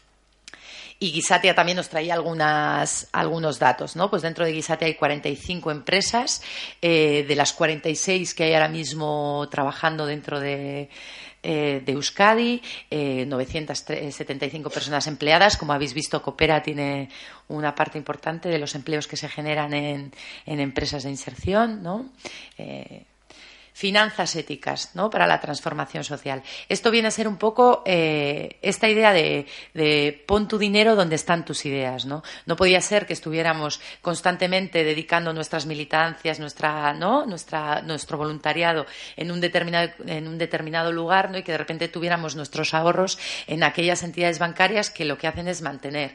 [SPEAKER 3] Y Gisatea también nos traía algunas, algunos datos, ¿no? Pues dentro de Gisatea hay cuarenta y cinco empresas, eh, de las cuarenta y seis que hay ahora mismo trabajando dentro de Eh, de Euskadi, eh, novecientas setenta y cinco personas empleadas. Como habéis visto, Coopera tiene una parte importante de los empleos que se generan en, en empresas de inserción, ¿no? Eh, finanzas éticas, ¿no? Para la transformación social. Esto viene a ser un poco eh, esta idea de, de pon tu dinero donde están tus ideas, ¿no? No podía ser que estuviéramos constantemente dedicando nuestras militancias, nuestra, ¿no? nuestra, nuestro voluntariado en un determinado, en un determinado lugar, ¿no? Y que de repente tuviéramos nuestros ahorros en aquellas entidades bancarias que lo que hacen es mantener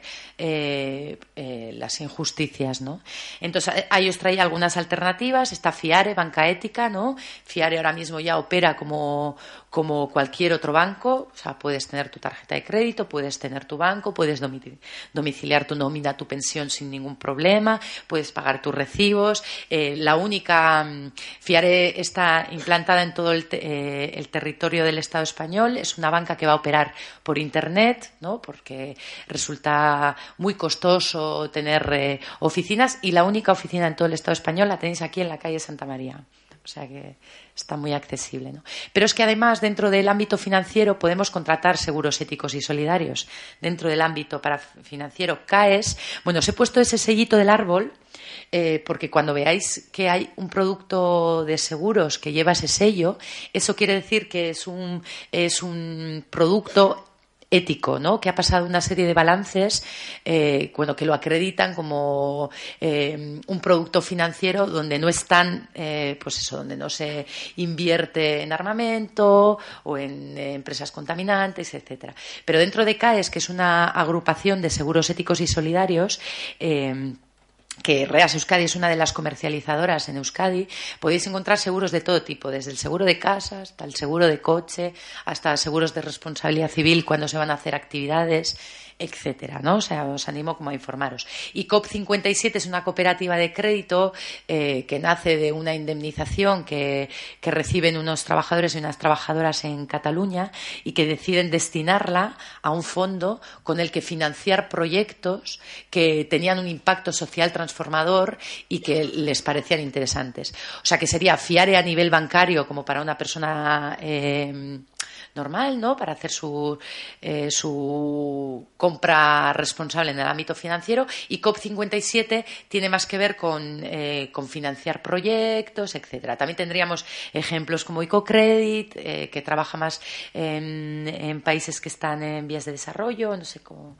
[SPEAKER 3] eh, eh, las injusticias, ¿no? Entonces, ahí os traía algunas alternativas. Está Fiare, banca ética, ¿no? Fiare ahora mismo ya opera como, como cualquier otro banco, o sea, puedes tener tu tarjeta de crédito, puedes tener tu banco, puedes domiciliar tu nómina, tu pensión sin ningún problema, puedes pagar tus recibos. Eh, la única, Fiare está implantada en todo el, te, eh, el territorio del Estado español, es una banca que va a operar por Internet, ¿no? Porque resulta muy costoso tener eh, oficinas, y la única oficina en todo el Estado español la tenéis aquí en la calle Santa María. O sea que está muy accesible, ¿no? Pero es que además dentro del ámbito financiero podemos contratar seguros éticos y solidarios. Dentro del ámbito para financiero CAES, bueno, os he puesto ese sellito del árbol eh, porque cuando veáis que hay un producto de seguros que lleva ese sello, eso quiere decir que es un, es un producto ético, ¿no? Que ha pasado una serie de balances eh, bueno, que lo acreditan como eh, un producto financiero donde no están, eh, pues eso, donde no se invierte en armamento o en eh, empresas contaminantes, etcétera. Pero dentro de CAES, que es una agrupación de seguros éticos y solidarios, eh, que Reas Euskadi es una de las comercializadoras en Euskadi, podéis encontrar seguros de todo tipo, desde el seguro de casa hasta el seguro de coche, hasta seguros de responsabilidad civil cuando se van a hacer actividades, etcétera, ¿no? O sea, os animo como a informaros. Y COP cincuenta y siete es una cooperativa de crédito eh, que nace de una indemnización que, que reciben unos trabajadores y unas trabajadoras en Cataluña y que deciden destinarla a un fondo con el que financiar proyectos que tenían un impacto social transformador y que les parecían interesantes. O sea, que sería Fiare a nivel bancario como para una persona eh, normal, ¿no? Para hacer su, eh, su compra responsable en el ámbito financiero, y COP cincuenta y siete tiene más que ver con, eh, con financiar proyectos, etcétera. También tendríamos ejemplos como Icocredit, eh, que trabaja más en, en países que están en vías de desarrollo, no sé cómo.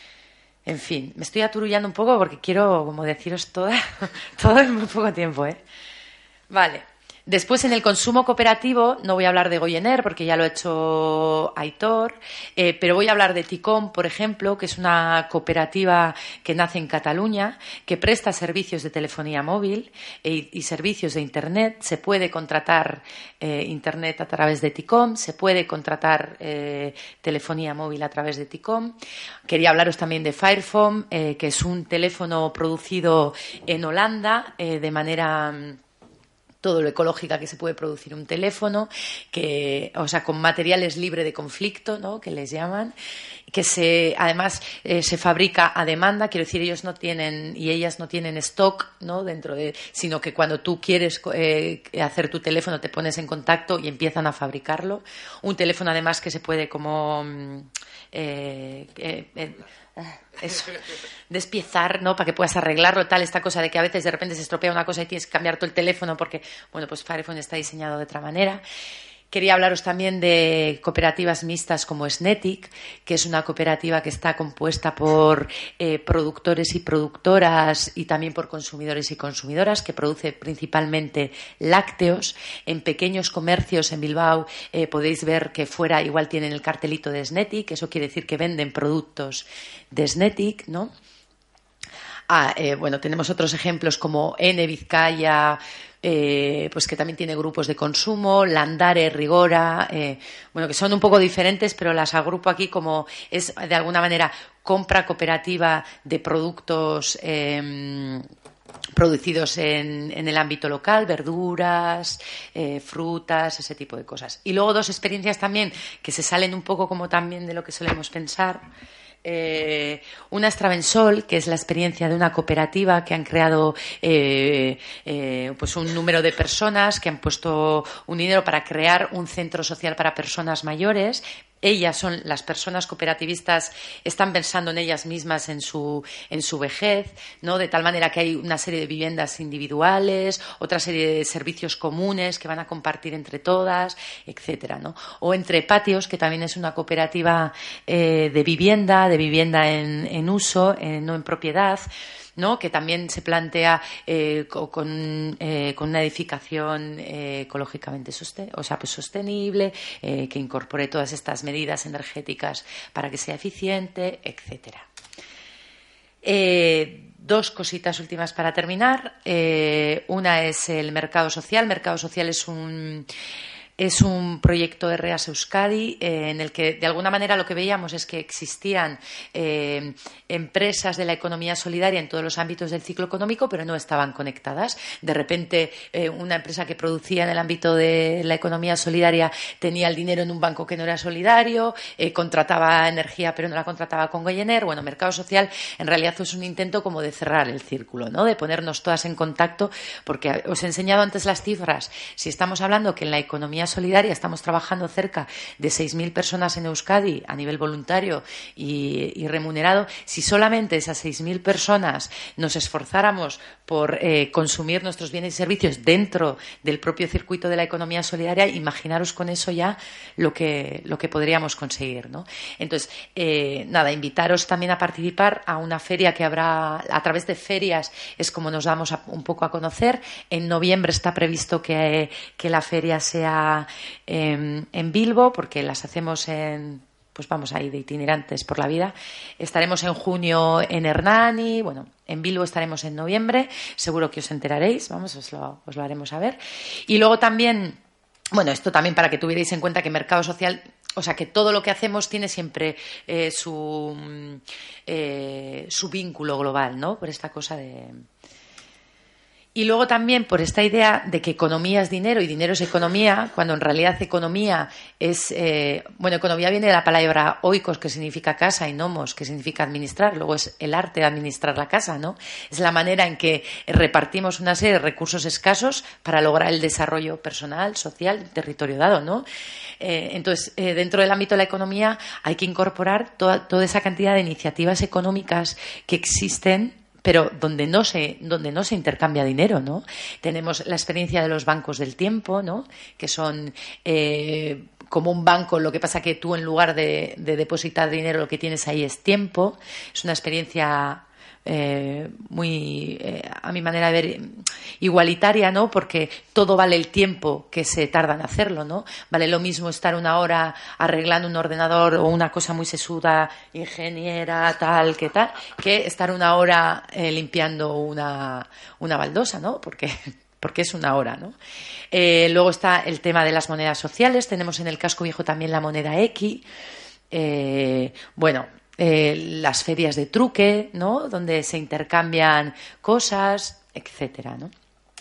[SPEAKER 3] En fin, me estoy aturullando un poco porque quiero como deciros toda, todo en muy poco tiempo, ¿eh? Vale. Después, en el consumo cooperativo, no voy a hablar de Goyener porque ya lo ha hecho Aitor, eh, pero voy a hablar de Ticom, por ejemplo, que es una cooperativa que nace en Cataluña, que presta servicios de telefonía móvil e, y servicios de Internet. Se puede contratar eh, Internet a través de Ticom, se puede contratar eh, telefonía móvil a través de Ticom. Quería hablaros también de Firephone, eh, que es un teléfono producido en Holanda eh, de manera todo lo ecológica que se puede producir un teléfono, que, o sea, con materiales libre de conflicto, ¿no? Que les llaman, que se, además eh, se fabrica a demanda, quiero decir, ellos no tienen y ellas no tienen stock, ¿no? Dentro de, sino que cuando tú quieres eh, hacer tu teléfono te pones en contacto y empiezan a fabricarlo. Un teléfono además que se puede como eh, eh, eh, eso, despiezar, ¿no? Para que puedas arreglarlo, tal, esta cosa de que a veces de repente se estropea una cosa y tienes que cambiar todo el teléfono porque, bueno, pues Firephone está diseñado de otra manera. Quería hablaros también de cooperativas mixtas como Snetic, que es una cooperativa que está compuesta por eh, productores y productoras y también por consumidores y consumidoras, que produce principalmente lácteos. En pequeños comercios en Bilbao eh, podéis ver que fuera igual tienen el cartelito de Snetic, eso quiere decir que venden productos de Snetic, ¿no? Ah, eh, bueno, tenemos otros ejemplos como Ene Vizcaya, Eh, pues que también tiene grupos de consumo, Landare, Rigora, eh, bueno, que son un poco diferentes, pero las agrupo aquí como es de alguna manera compra cooperativa de productos eh, producidos en, en el ámbito local, verduras, eh, frutas, ese tipo de cosas. Y luego dos experiencias también que se salen un poco como también de lo que solemos pensar. Eh, una es Travensol, que es la experiencia de una cooperativa que han creado eh, eh, pues un número de personas que han puesto un dinero para crear un centro social para personas mayores, ellas son las personas cooperativistas, están pensando en ellas mismas en su, en su vejez, ¿no? De tal manera que hay una serie de viviendas individuales, otra serie de servicios comunes que van a compartir entre todas, etcétera, ¿no? O Entre Patios, que también es una cooperativa eh, de vivienda, de vivienda en, en uso, eh, no en propiedad, ¿no? Que también se plantea eh, con, eh, con una edificación eh, ecológicamente sosten- o sea, pues sostenible, eh, que incorpore todas estas medidas energéticas para que sea eficiente, etcétera. Eh, dos cositas últimas para terminar. Eh, una es el mercado social. Mercado social es un... Es un proyecto de REAS Euskadi eh, en el que, de alguna manera, lo que veíamos es que existían eh, empresas de la economía solidaria en todos los ámbitos del ciclo económico, pero no estaban conectadas. De repente, eh, una empresa que producía en el ámbito de la economía solidaria tenía el dinero en un banco que no era solidario, eh, contrataba energía, pero no la contrataba con Goyener. Bueno, mercado social, en realidad, es un intento como de cerrar el círculo, ¿no? De ponernos todas en contacto, porque os he enseñado antes las cifras. Si estamos hablando que en la economía solidaria estamos trabajando cerca de seis mil personas en Euskadi a nivel voluntario y, y remunerado, si solamente esas seis mil personas nos esforzáramos por eh, consumir nuestros bienes y servicios dentro del propio circuito de la economía solidaria, imaginaros con eso ya lo que, lo que podríamos conseguir, ¿no? Entonces, eh, nada, invitaros también a participar a una feria que habrá, a través de ferias es como nos damos a, un poco a conocer. En noviembre está previsto que, que la feria sea En, en Bilbo, porque las hacemos en, pues vamos ahí de itinerantes por la vida. Estaremos en junio en Hernani, bueno, en Bilbo estaremos en noviembre, seguro que os enteraréis, vamos, os lo, os lo haremos saber. Y luego también, bueno, esto también para que tuvierais en cuenta que mercado social, o sea, que todo lo que hacemos tiene siempre eh, su, eh, su vínculo global, ¿no? Por esta cosa de... Y luego también por esta idea de que economía es dinero y dinero es economía, cuando en realidad economía es... Eh, bueno, economía viene de la palabra oikos, que significa casa, y nomos, que significa administrar. Luego es el arte de administrar la casa, ¿no? Es la manera en que repartimos una serie de recursos escasos para lograr el desarrollo personal, social, del territorio dado, ¿no? Eh, entonces, eh, dentro del ámbito de la economía hay que incorporar toda, toda esa cantidad de iniciativas económicas que existen, pero donde no se donde no se intercambia dinero, ¿no? Tenemos la experiencia de los bancos del tiempo, ¿no? Que son eh, como un banco, lo que pasa que tú en lugar de, de depositar dinero lo que tienes ahí es tiempo. Es una experiencia eh, muy, eh, a mi manera de ver, igualitaria, ¿no? Porque todo vale el tiempo que se tarda en hacerlo, ¿no? Vale lo mismo estar una hora arreglando un ordenador o una cosa muy sesuda, ingeniera, tal, que tal, que estar una hora eh, limpiando una, una baldosa, ¿no? Porque... porque es una hora, ¿no? Eh, luego está el tema de las monedas sociales. Tenemos en el casco viejo también la moneda X. Eh, bueno, eh, las ferias de truque, ¿no? Donde se intercambian cosas, etcétera, ¿no?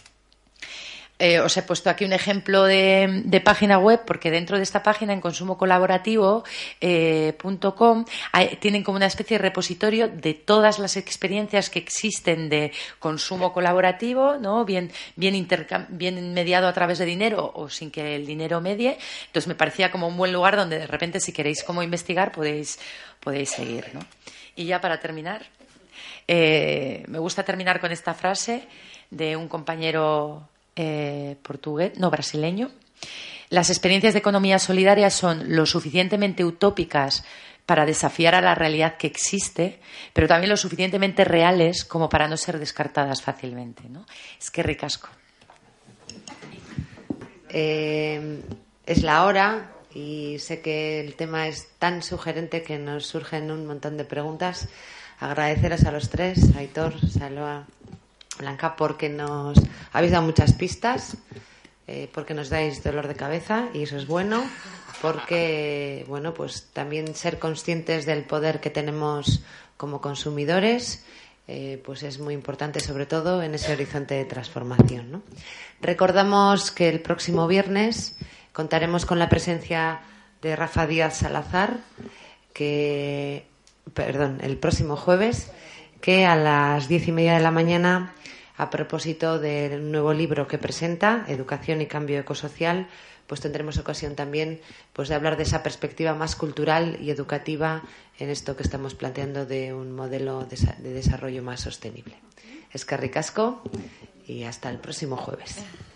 [SPEAKER 3] Eh, os he puesto aquí un ejemplo de, de página web, porque dentro de esta página, en consumo colaborativo punto com, eh, tienen como una especie de repositorio de todas las experiencias que existen de consumo colaborativo, ¿no? Bien, bien, intercam- bien mediado a través de dinero o sin que el dinero medie. Entonces me parecía como un buen lugar donde de repente, si queréis cómo investigar, podéis, podéis seguir, ¿no? Y ya para terminar, eh, me gusta terminar con esta frase de un compañero Eh, portugués, no, brasileño. Las experiencias de economía solidaria son lo suficientemente utópicas para desafiar a la realidad que existe, pero también lo suficientemente reales como para no ser descartadas fácilmente, ¿no? Es que ricasco.
[SPEAKER 1] Eh, es la hora y sé que el tema es tan sugerente que nos surgen un montón de preguntas. Agradeceros a los tres, a Aitor, Saloa, Blanca, porque nos habéis dado muchas pistas, eh, porque nos dais dolor de cabeza y eso es bueno, porque bueno, pues también ser conscientes del poder que tenemos como consumidores, eh, pues es muy importante, sobre todo en ese horizonte de transformación, ¿no? Recordamos que el próximo viernes contaremos con la presencia de Rafa Díaz Salazar, que, perdón, el próximo jueves, que a las diez y media de la mañana a propósito del nuevo libro que presenta, Educación y Cambio Ecosocial, pues tendremos ocasión también pues de hablar de esa perspectiva más cultural y educativa en esto que estamos planteando de un modelo de desarrollo más sostenible. Eskerrik asko y hasta el próximo jueves.